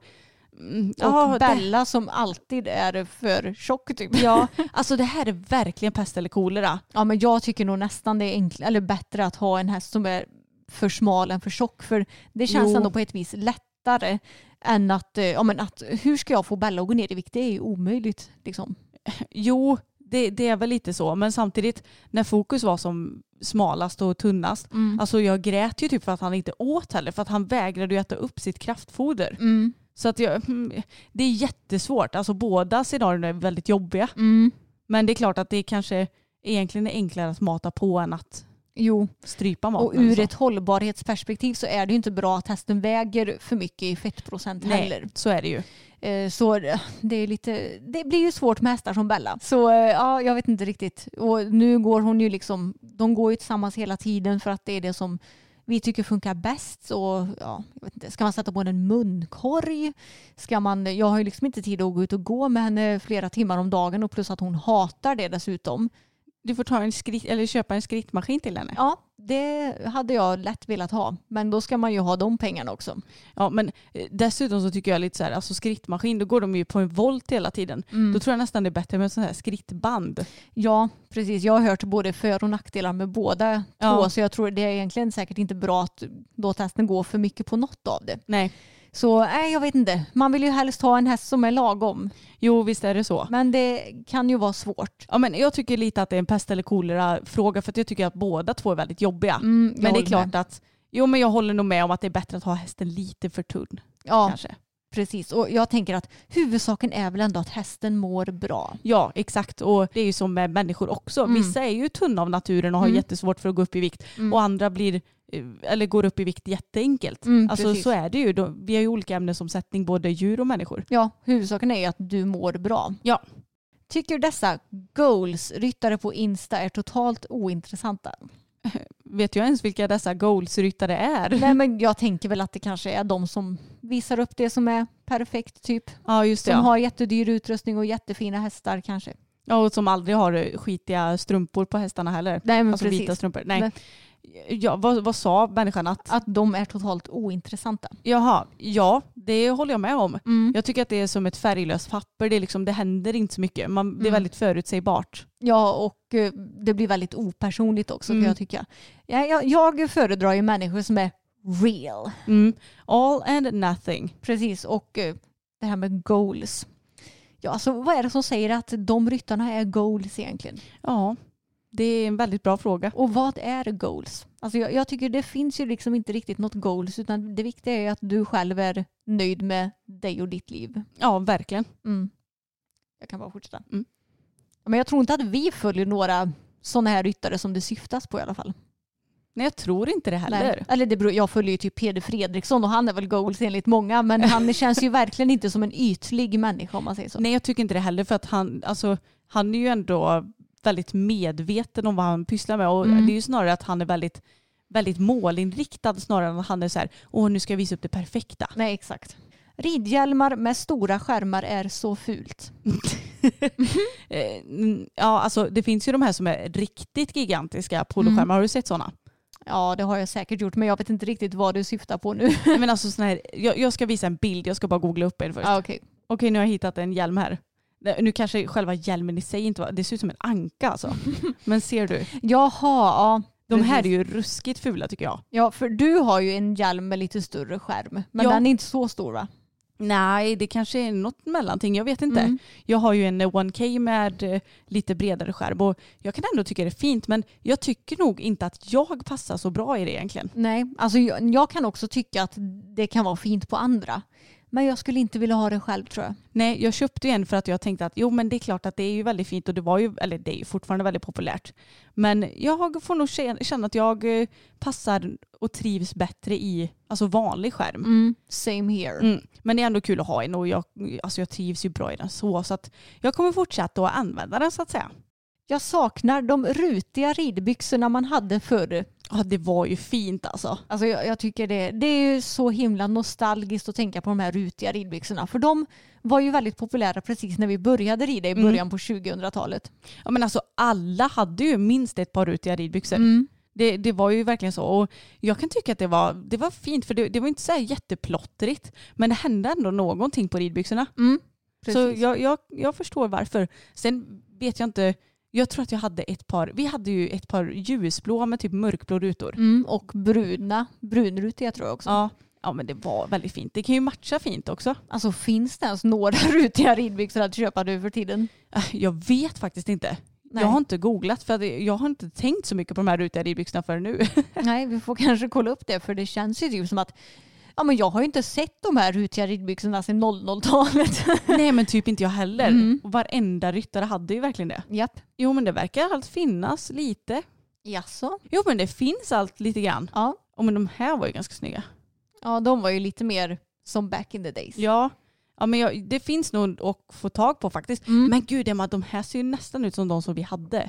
och Bella som alltid är för tjock typ. Ja, alltså det här är verkligen pest eller kolera. Ja, men jag tycker nog nästan det är enklare eller bättre att ha en häst som är för smal än för tjock, för det känns ändå på ett vis lättare än att hur ska jag få Bella att gå ner i vikt? Det är ju omöjligt liksom. Jo, det är väl lite så. Men samtidigt när fokus var som smalast och tunnast. Alltså jag grät ju typ för att han inte åt heller. För att han vägrade ju äta upp sitt kraftfoder. Så att det är jättesvårt. Alltså båda scenarierna är väldigt jobbiga. Men det är klart att det kanske egentligen är enklare att mata på än att strypa maten. Och ur ett hållbarhetsperspektiv så är det ju inte bra att hästen väger för mycket i fettprocent heller. Nej, så är det ju. Så det blir ju svårt med hästar som Bella. Så jag vet inte riktigt. Och nu går hon ju liksom, de går ju tillsammans hela tiden för att det är det som vi tycker funkar bäst. Så jag vet inte, ska man sätta på en munkorg? Jag har ju liksom inte tid att gå ut och gå med henne flera timmar om dagen och plus att hon hatar det dessutom. Du får köpa en skrittmaskin till henne. Ja, det hade jag lätt velat ha. Men då ska man ju ha de pengarna också. Ja, men dessutom så tycker jag lite så här, alltså skrittmaskin, då går de ju på en volt hela tiden. Då tror jag nästan det är bättre med sån här skrittband. Ja, precis. Jag har hört både för- och nackdelar med båda två. Så jag tror det är egentligen säkert inte bra att låta hästen gå för mycket på något av det. Nej. Så jag vet inte. Man vill ju helst ha en häst som är lagom. Jo, visst är det så. Men det kan ju vara svårt. Ja, men jag tycker lite att det är en pest eller kolera-fråga för att jag tycker att båda två är väldigt jobbiga. Men det är klart att men jag håller nog med om att det är bättre att ha hästen lite för tunn. Ja, kanske. Precis. Och jag tänker att huvudsaken är väl ändå att hästen mår bra. Ja, exakt. Och det är ju som med människor också. Vissa är ju tunna av naturen och har jättesvårt för att gå upp i vikt. Och andra går upp i vikt jätteenkelt. Alltså precis. Så är det ju. Vi har ju olika ämnesomsättning, både djur och människor. Ja, huvudsaken är ju att du mår bra. Ja. Tycker dessa goals-ryttare på Insta är totalt ointressanta? Vet jag ens vilka dessa goals-ryttare är? Nej, men jag tänker väl att det kanske är de som visar upp det som är perfekt typ. Ja, just det. Som har jättedyr utrustning och jättefina hästar kanske. Ja, och som aldrig har skitiga strumpor på hästarna heller. Nej, men alltså precis. Vita strumpor. Nej. Ja, vad sa människan? Att de är totalt ointressanta. Jaha, ja, det håller jag med om. Jag tycker att det är som ett färglöst papper. Det händer inte så mycket. Det är väldigt förutsägbart. Ja, och det blir väldigt opersonligt också kan jag tycka. Jag föredrar ju människor som är real. All and nothing. Precis, och det här med goals. Ja, alltså vad är det som säger att de ryttarna är goals egentligen? Ja, det är en väldigt bra fråga. Och vad är goals? Alltså jag tycker det finns ju liksom inte riktigt något goals, utan det viktiga är att du själv är nöjd med dig och ditt liv. Ja, verkligen. Jag kan bara fortsätta. Men jag tror inte att vi följer några sådana här ryttare som det syftas på i alla fall. Nej, jag tror inte det heller. Nej. Eller jag följer ju typ Peder Fredriksson och han är väl goals enligt många, men han känns ju verkligen inte som en ytlig människa om man säger så. Nej, jag tycker inte det heller, för att han är ju ändå väldigt medveten om vad han pysslar med, och det är ju snarare att han är väldigt, väldigt målinriktad snarare än att han är så här, nu ska jag visa upp det perfekta. Nej, exakt. Ridhjälmar med stora skärmar är så fult. Ja, alltså det finns ju de här som är riktigt gigantiska poloskärmar. Har du sett sådana? Ja, det har jag säkert gjort, men jag vet inte riktigt vad du syftar på nu. Men alltså såna här, jag ska visa en bild, jag ska bara googla upp en först. Okej, nu har jag hittat en hjälm här. Nu kanske själva hjälmen i sig inte var, det ser ut som en anka alltså. Men ser du? Jaha, ja. De här är ju ruskigt fula tycker jag. Ja, för du har ju en hjälm med lite större skärm. Men den är inte så stor, va? Nej, det kanske är något mellanting. Jag vet inte. Jag har ju en 1K med lite bredare skärm. Och jag kan ändå tycka det är fint. Men jag tycker nog inte att jag passar så bra i det egentligen. Nej, alltså jag kan också tycka att det kan vara fint på andra. Men jag skulle inte vilja ha det själv, tror jag. Nej, jag köpte ju en för att jag tänkte att men det är klart att det är ju väldigt fint, och det är ju fortfarande väldigt populärt. Men jag får nog känna att jag passar och trivs bättre i vanlig skärm. Same here. Men det är ändå kul att ha en, och jag trivs ju bra i den så att jag kommer fortsätta att använda den så att säga. Jag saknar de rutiga ridbyxorna man hade förr. Ja, det var ju fint alltså. Alltså jag tycker det är ju så himla nostalgiskt att tänka på de här rutiga ridbyxorna. För de var ju väldigt populära precis när vi började rida i början på 2000-talet. Ja, men alltså alla hade ju minst ett par rutiga ridbyxor. Det var ju verkligen så. Och jag kan tycka att det var fint, för det var inte så här jätteplottrigt. Men det hände ändå någonting på ridbyxorna. Så jag förstår varför. Sen vet jag inte. Jag tror att vi hade ju ett par ljusblå med typ mörkblå rutor. Och brunrutiga tror jag också. Ja, Ja, men det var väldigt fint. Det kan ju matcha fint också. Alltså finns det ens några rutiga ridbyxor att köpa nu för tiden? Jag vet faktiskt inte. Nej. Jag har inte googlat för att jag har inte tänkt så mycket på de här rutiga ridbyxorna för nu. Nej, vi får kanske kolla upp det, för det känns ju typ som att men jag har ju inte sett de här rutiga ridbyxorna sedan 00-talet. Nej, men typ inte jag heller. Och varenda ryttare hade ju verkligen det. Japp. Jo, men det verkar allt finnas lite. Jaså? Jo, men det finns allt lite grann. Ja. Men de här var ju ganska snygga. Ja, de var ju lite mer som back in the days. Ja, men det finns nog att få tag på faktiskt. Men gud, Emma, de här ser ju nästan ut som de som vi hade.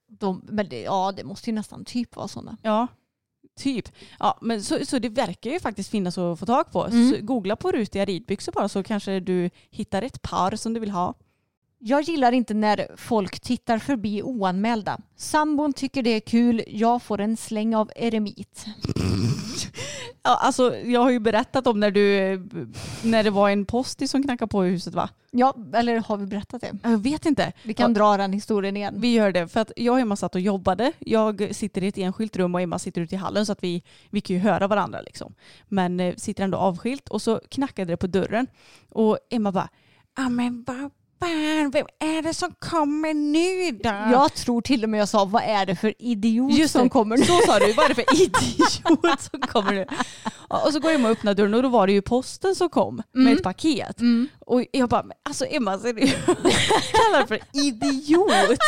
Det måste ju nästan typ vara sådana. Ja, typ. Ja, men så det verkar ju faktiskt finnas att få tag på. Så googla på rutiga ridbyxor bara, så kanske du hittar ett par som du vill ha. Jag gillar inte när folk tittar förbi oanmälda. Sambon tycker det är kul. Jag får en släng av eremit. Ja, alltså jag har ju berättat om när det var en postis som knackade på i huset, va? Ja, eller har vi berättat det? Jag vet inte. Vi kan dra den historien igen. Vi gör det, för att jag och Emma satt och jobbade. Jag sitter i ett enskilt rum och Emma sitter ute i hallen, så att vi kan ju höra varandra liksom. Men sitter ändå avskilt, och så knackade det på dörren. Och Emma bara, men vad fan, vem är det som kommer nu då? Jag tror till och med jag sa, vad är det för idiot som kommer nu? Så sa du, vad är det för idiot som kommer nu? Och så går Emma och öppnar dörren, och då var det ju posten som kom med ett paket. Och jag bara, alltså Emma, ser du kallar det för idiot?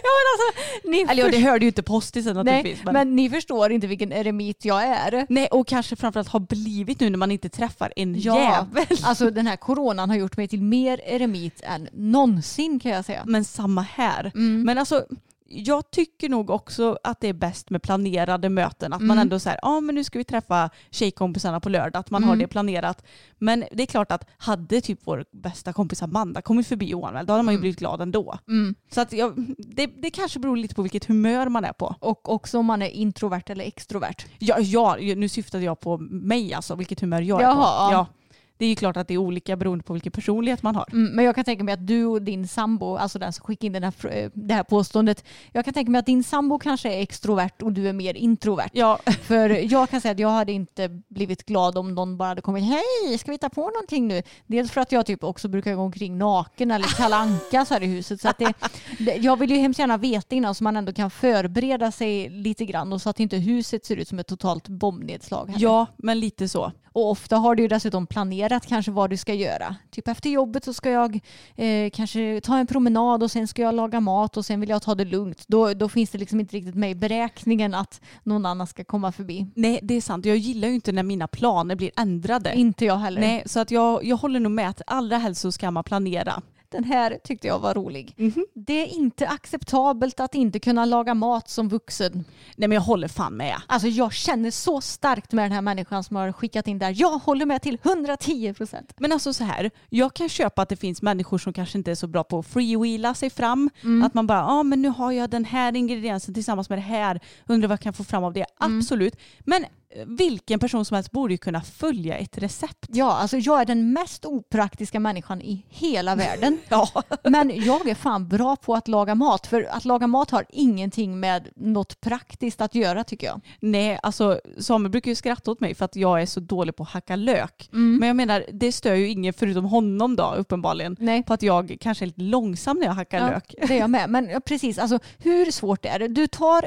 Det hörde ju inte postisen naturligtvis. Nej, men ni förstår inte vilken eremit jag är. Nej, och kanske framförallt har blivit nu när man inte träffar en jävel. Alltså den här coronan har gjort mig till mer eremit än någonsin, kan jag säga. Men samma här. Men alltså, jag tycker nog också att det är bäst med planerade möten. Att man ändå säger, men nu ska vi träffa tjejkompisarna på lördag. Att man har det planerat. Men det är klart att hade typ vår bästa kompis Amanda kommit förbi oanmäld, då hade man ju blivit glad ändå. Så att det kanske beror lite på vilket humör man är på. Och också om man är introvert eller extrovert. Ja, nu syftade jag på mig, alltså vilket humör jag är på. Ja. Det är ju klart att det är olika beroende på vilken personlighet man har. Men jag kan tänka mig att du och din sambo, alltså den som skickade in det här påståendet, jag kan tänka mig att din sambo kanske är extrovert och du är mer introvert. Ja. För jag kan säga att jag hade inte blivit glad om någon bara hade kommit, hej, ska vi ta på någonting nu? Dels för att jag typ också brukar gå omkring naken eller Kalle Anka så här i huset. Så att jag vill ju hemskt gärna veta innan, så man ändå kan förbereda sig lite grann, och så att inte huset ser ut som ett totalt bombnedslag. Ja, men lite så. Och ofta har du ju dessutom planerat kanske vad du ska göra. Typ efter jobbet så ska jag kanske ta en promenad, och sen ska jag laga mat, och sen vill jag ta det lugnt. Då finns det liksom inte riktigt med i beräkningen att någon annan ska komma förbi. Nej, det är sant. Jag gillar ju inte när mina planer blir ändrade. Inte jag heller. Nej, så att jag håller nog med att allra helst så ska man planera. Den här tyckte jag var rolig. Det är inte acceptabelt att inte kunna laga mat som vuxen. Nej, men jag håller fan med. Alltså jag känner så starkt med den här människan som har skickat in där. Jag håller med till 110%. Men alltså så här, jag kan köpa att det finns människor som kanske inte är så bra på att freewheela sig fram. Att man bara, men nu har jag den här ingrediensen tillsammans med det här. Undrar vad jag kan få fram av det. Absolut. Men vilken person som helst borde ju kunna följa ett recept. Ja, alltså jag är den mest opraktiska människan i hela världen. Ja. Men jag är fan bra på att laga mat. För att laga mat har ingenting med något praktiskt att göra, tycker jag. Nej, alltså Samuel brukar ju skratta åt mig för att jag är så dålig på att hacka lök. Men jag menar, det stör ju ingen förutom honom då, uppenbarligen. Nej. På att jag kanske är lite långsam när jag hackar lök. Det är jag med. Men precis, alltså hur svårt är det?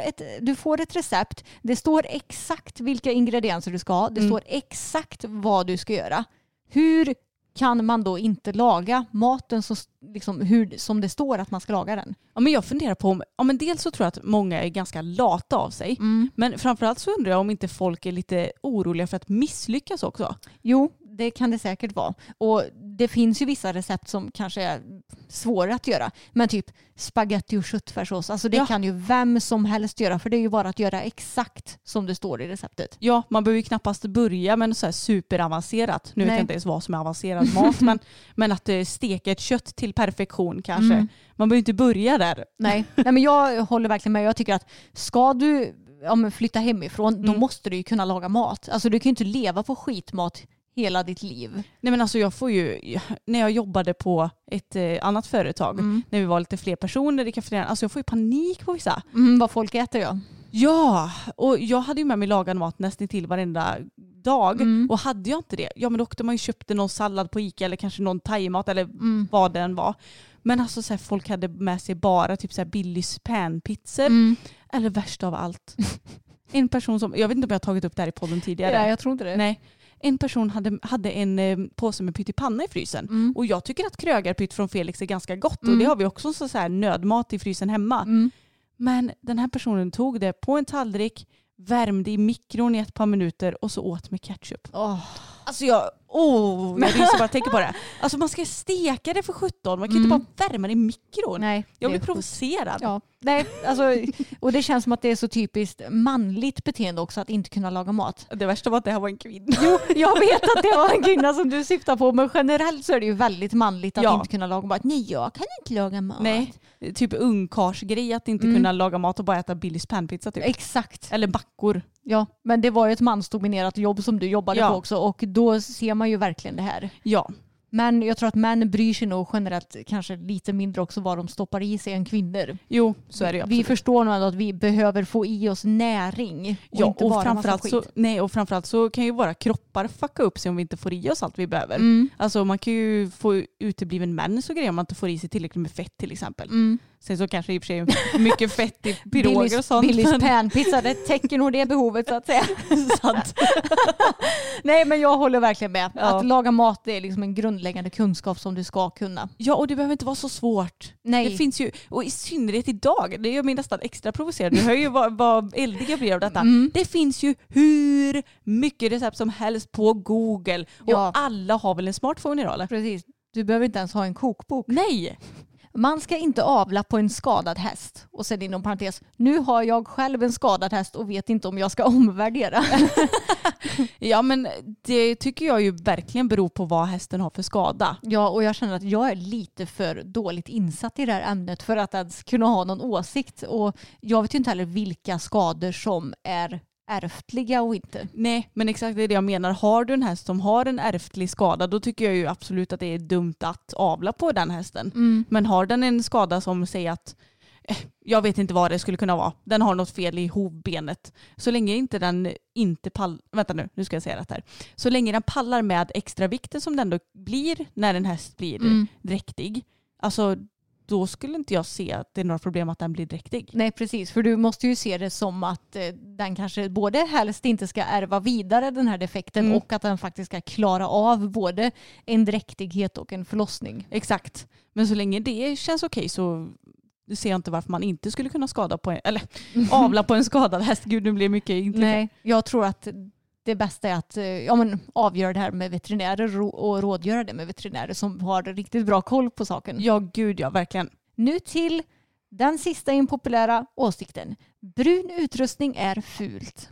Du får ett recept. Det står exakt vilka ingredienser du ska ha. Det står exakt vad du ska göra. Hur kan man då inte laga maten så, liksom, som det står att man ska laga den? Ja, men jag funderar på men dels så tror jag att många är ganska lata av sig. Men framförallt så undrar jag om inte folk är lite oroliga för att misslyckas också. Jo, det kan det säkert vara. Och det finns ju vissa recept som kanske är svåra att göra. Men typ spaghetti och köttfärssås. Alltså det kan ju vem som helst göra. För det är ju bara att göra exakt som det står i receptet. Ja, man behöver ju knappast börja med något så här superavancerat. Nu vet jag inte ens vad som är avancerad mat. men att steka ett kött till perfektion kanske. Man behöver inte börja där. Nej, men jag håller verkligen med. Jag tycker att ska du flytta hemifrån, då måste du ju kunna laga mat. Alltså du kan ju inte leva på skitmat hela ditt liv. Nej, men alltså jag får ju, när jag jobbade på ett annat företag, när vi var lite fler personer i kafeterian, alltså jag får ju panik på vissa. Vad folk äter, ja. Ja, och jag hade ju med mig lagad mat nästan till varenda dag. Och hade jag inte det, ja men då åkte man ju köpte någon sallad på Ica eller kanske någon thaimat eller vad den var. Men alltså så här, folk hade med sig bara typ så här Billys panpizzor. Eller värst av allt. En person som, jag vet inte om jag har tagit upp det här i podden tidigare. Ja, jag tror inte det. Nej. En person hade en påse med pyttipanna i frysen. Och jag tycker att krögarpytt från Felix är ganska gott. Och det har vi också så här nödmat i frysen hemma. Men den här personen tog det på en tallrik, värmde i mikron i ett par minuter och så åt med ketchup. Alltså jag ryser bara tänker på det. Alltså man ska steka det för 17. Man kan inte bara värma det i mikron. Nej, jag blir provocerad. Ja. Nej, alltså, och det känns som att det är så typiskt manligt beteende också att inte kunna laga mat. Det värsta var att det här var en kvinna. Jo, jag vet att det var en kvinna som du syftar på, men generellt så är det ju väldigt manligt att inte kunna laga mat. Nej, jag kan inte laga mat. Nej, typ ungkarsgrej att inte kunna laga mat och bara äta Billys panpizza typ. Exakt. Eller backor. Ja, men det var ju ett mansdominerat jobb som du jobbade på också, och då ser man ju verkligen det här. Ja. Men jag tror att män bryr sig nog generellt kanske lite mindre också vad de stoppar i sig än kvinnor. Jo, så är det ju absolut. Vi förstår nog att vi behöver få i oss näring. Och inte bara framförallt så, och framförallt så kan ju våra kroppar fucka upp sig om vi inte får i oss allt vi behöver. Alltså man kan ju få utebliven mens och grejer om man inte får i sig tillräckligt med fett till exempel. Sen så kanske i och för sig mycket fett i piroger och sånt. Billys panpizza, det täcker nog det behovet så att säga. Sant. Nej, men jag håller verkligen med. Att laga mat är liksom en grundläggande kunskap som du ska kunna. Ja, och det behöver inte vara så svårt. Nej. Det finns ju, och i synnerhet idag, det gör mig nästan extra provocerad. Du hör ju vad eldig jag blir av detta. Det finns ju hur mycket recept som helst på Google. Och alla har väl en smartphone idag, eller? Precis. Du behöver inte ens ha en kokbok. Nej! Man ska inte avla på en skadad häst. Och sen inom parentes, nu har jag själv en skadad häst och vet inte om jag ska omvärdera. Ja, men det tycker jag ju verkligen beror på vad hästen har för skada. Ja, och jag känner att jag är lite för dåligt insatt i det här ämnet för att ens kunna ha någon åsikt. Och jag vet ju inte heller vilka skador som är ärftliga och inte. Nej, men exakt det är det jag menar. Har du en häst som har en ärftlig skada, då tycker jag ju absolut att det är dumt att avla på den hästen. Men har den en skada som säger att jag vet inte vad det skulle kunna vara. Den har något fel i hovbenet. Så länge inte den inte vänta nu ska jag säga det här. Så länge den pallar med extra vikten som den ändå blir när en häst blir dräktig. Alltså då skulle inte jag se att det är några problem att den blir dräktig. Nej, precis. För du måste ju se det som att den kanske både helst inte ska ärva vidare den här defekten och att den faktiskt ska klara av både en dräktighet och en förlossning. Exakt. Men så länge det känns okej så ser jag inte varför man inte skulle kunna avla på en skadad häst. Gud, nu blir mycket intressant. Nej, jag tror att det bästa är att avgöra det här med veterinärer och rådgöra det med veterinärer som har riktigt bra koll på saken. Ja, gud ja, verkligen. Nu till den sista impopulära åsikten. Brun utrustning är fult.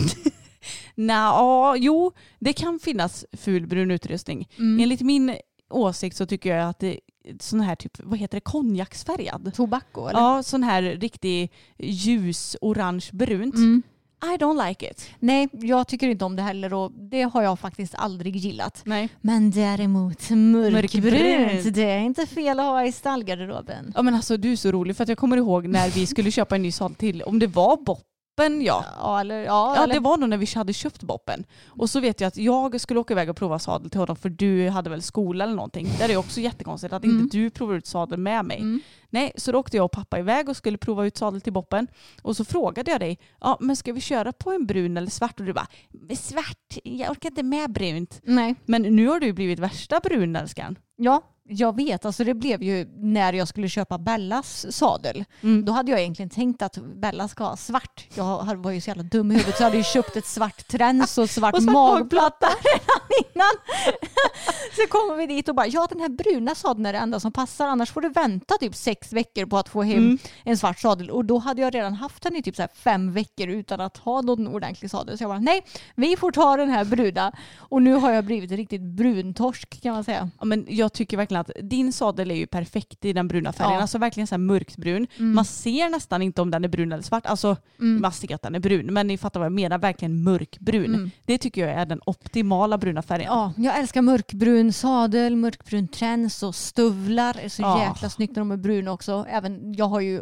Jo, det kan finnas ful brun utrustning. Enligt min åsikt så tycker jag att det sån här typ, vad heter det, konjaksfärgad? Tobacco, eller? Ja, sån här riktig ljus orange brunt. I don't like it. Nej, jag tycker inte om det heller och det har jag faktiskt aldrig gillat. Nej. Men däremot mörkbrunt, det är inte fel att ha i stallgarderoben. Ja, men alltså du är så rolig för att jag kommer ihåg när vi skulle köpa en ny sal till, om det var boppen, det var nog när vi hade köpt boppen. Och så vet jag att jag skulle åka iväg och prova sadel till honom för du hade väl skola eller någonting. Det är också jättekonstigt att inte du provar ut sadel med mig. Nej, så då åkte jag och pappa iväg och skulle prova ut sadel till boppen. Och så frågade jag dig, men ska vi köra på en brun eller svart? Och du bara, svart, jag orkar inte med brunt. Nej. Men nu har du blivit värsta brunälskan. Ja, jag vet. Alltså det blev ju när jag skulle köpa Bellas sadel. Då hade jag egentligen tänkt att Bella ska ha svart. Jag var ju så jävla dum i huvudet så jag hade ju köpt ett svart träns och svart magplatta redan innan. Så kommer vi dit och bara, den här bruna sadeln är det enda som passar. Annars får du vänta typ 6 veckor på att få hem en svart sadel. Och då hade jag redan haft den i typ så här 5 veckor utan att ha någon ordentlig sadel. Så jag bara, nej, vi får ta den här bruna. Och nu har jag blivit riktigt bruntorsk kan man säga. Ja, men jag tycker verkligen att din sadel är ju perfekt i den bruna färgen. Ja. Alltså verkligen så här mörkt brun. Man ser nästan inte om den är brun eller svart. Alltså man ser att den är brun. Men ni fattar vad jag menar. Verkligen mörkbrun. Det tycker jag är den optimala bruna färgen. Ja, jag älskar mörkbrun sadel, mörkbrun träns och stövlar. Det är så jäkla snyggt när de är bruna också. Även jag har ju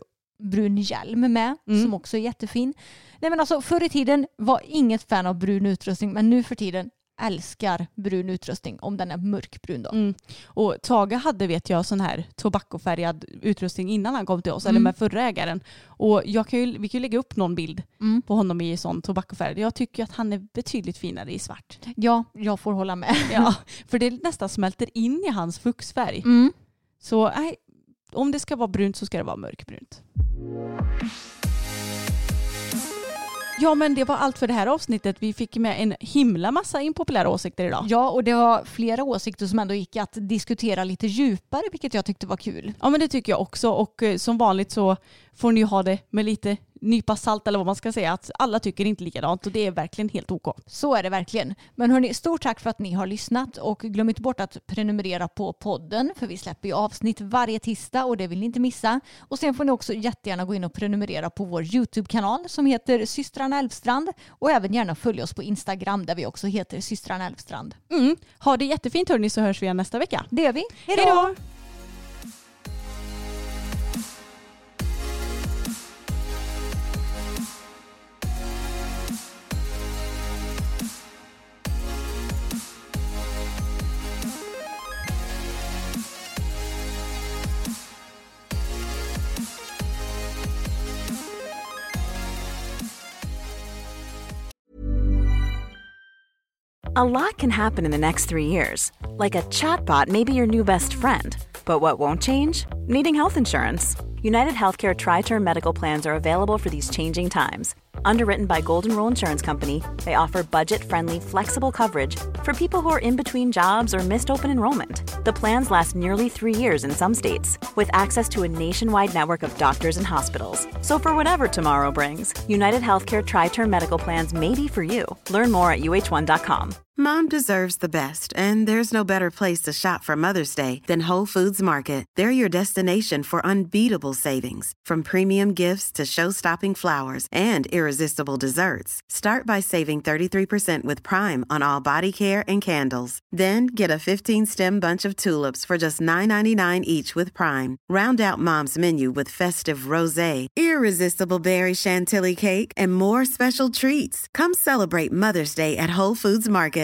brun hjälm med som också är jättefin. Nej, men alltså, förr i tiden var inget fan av brun utrustning, men nu för tiden älskar brun utrustning om den är mörkbrun då. Och Tage hade, vet jag, sån här tobaccofärgad utrustning innan han kom till oss, eller med förra ägaren. Och vi kan ju lägga upp någon bild på honom i sån tobaccofärg. Jag tycker att han är betydligt finare i svart. Ja, jag får hålla med. Ja, för det nästan smälter in i hans fuxfärg. Så om det ska vara brunt så ska det vara mörkbrunt. Ja, men det var allt för det här avsnittet. Vi fick med en himla massa impopulära åsikter idag. Ja, och det var flera åsikter som ändå gick att diskutera lite djupare, vilket jag tyckte var kul. Ja, men det tycker jag också. Och som vanligt så får ni ha det med lite nypa salt, eller vad man ska säga, att alla tycker inte likadant, och det är verkligen helt OK. Så är det verkligen. Men hörni, stort tack för att ni har lyssnat, och glöm inte bort att prenumerera på podden, för vi släpper ju avsnitt varje tisdag och det vill ni inte missa. Och sen får ni också jättegärna gå in och prenumerera på vår YouTube-kanal som heter Systrarna Elfstrand, och även gärna följa oss på Instagram där vi också heter Systrarna Elfstrand. Ha det jättefint hörni, så hörs vi igen nästa vecka. Det gör vi. Hej Hej då! A lot can happen in the next 3 years. Like a chatbot may be your new best friend. But what won't change? Needing health insurance. United Healthcare Tri-Term Medical Plans are available for these changing times. Underwritten by Golden Rule Insurance Company, they offer budget-friendly, flexible coverage for people who are in between jobs or missed open enrollment. The plans last nearly 3 years in some states, with access to a nationwide network of doctors and hospitals. So for whatever tomorrow brings, United Healthcare Tri-Term Medical Plans may be for you. Learn more at uh1.com. Mom deserves the best, and there's no better place to shop for Mother's Day than Whole Foods Market. They're your destination for unbeatable savings, from premium gifts to show-stopping flowers and irresistible desserts. Start by saving 33% with Prime on all body care and candles. Then get a 15-stem bunch of tulips for just $9.99 each with Prime. Round out Mom's menu with festive rosé, irresistible berry chantilly cake, and more special treats. Come celebrate Mother's Day at Whole Foods Market.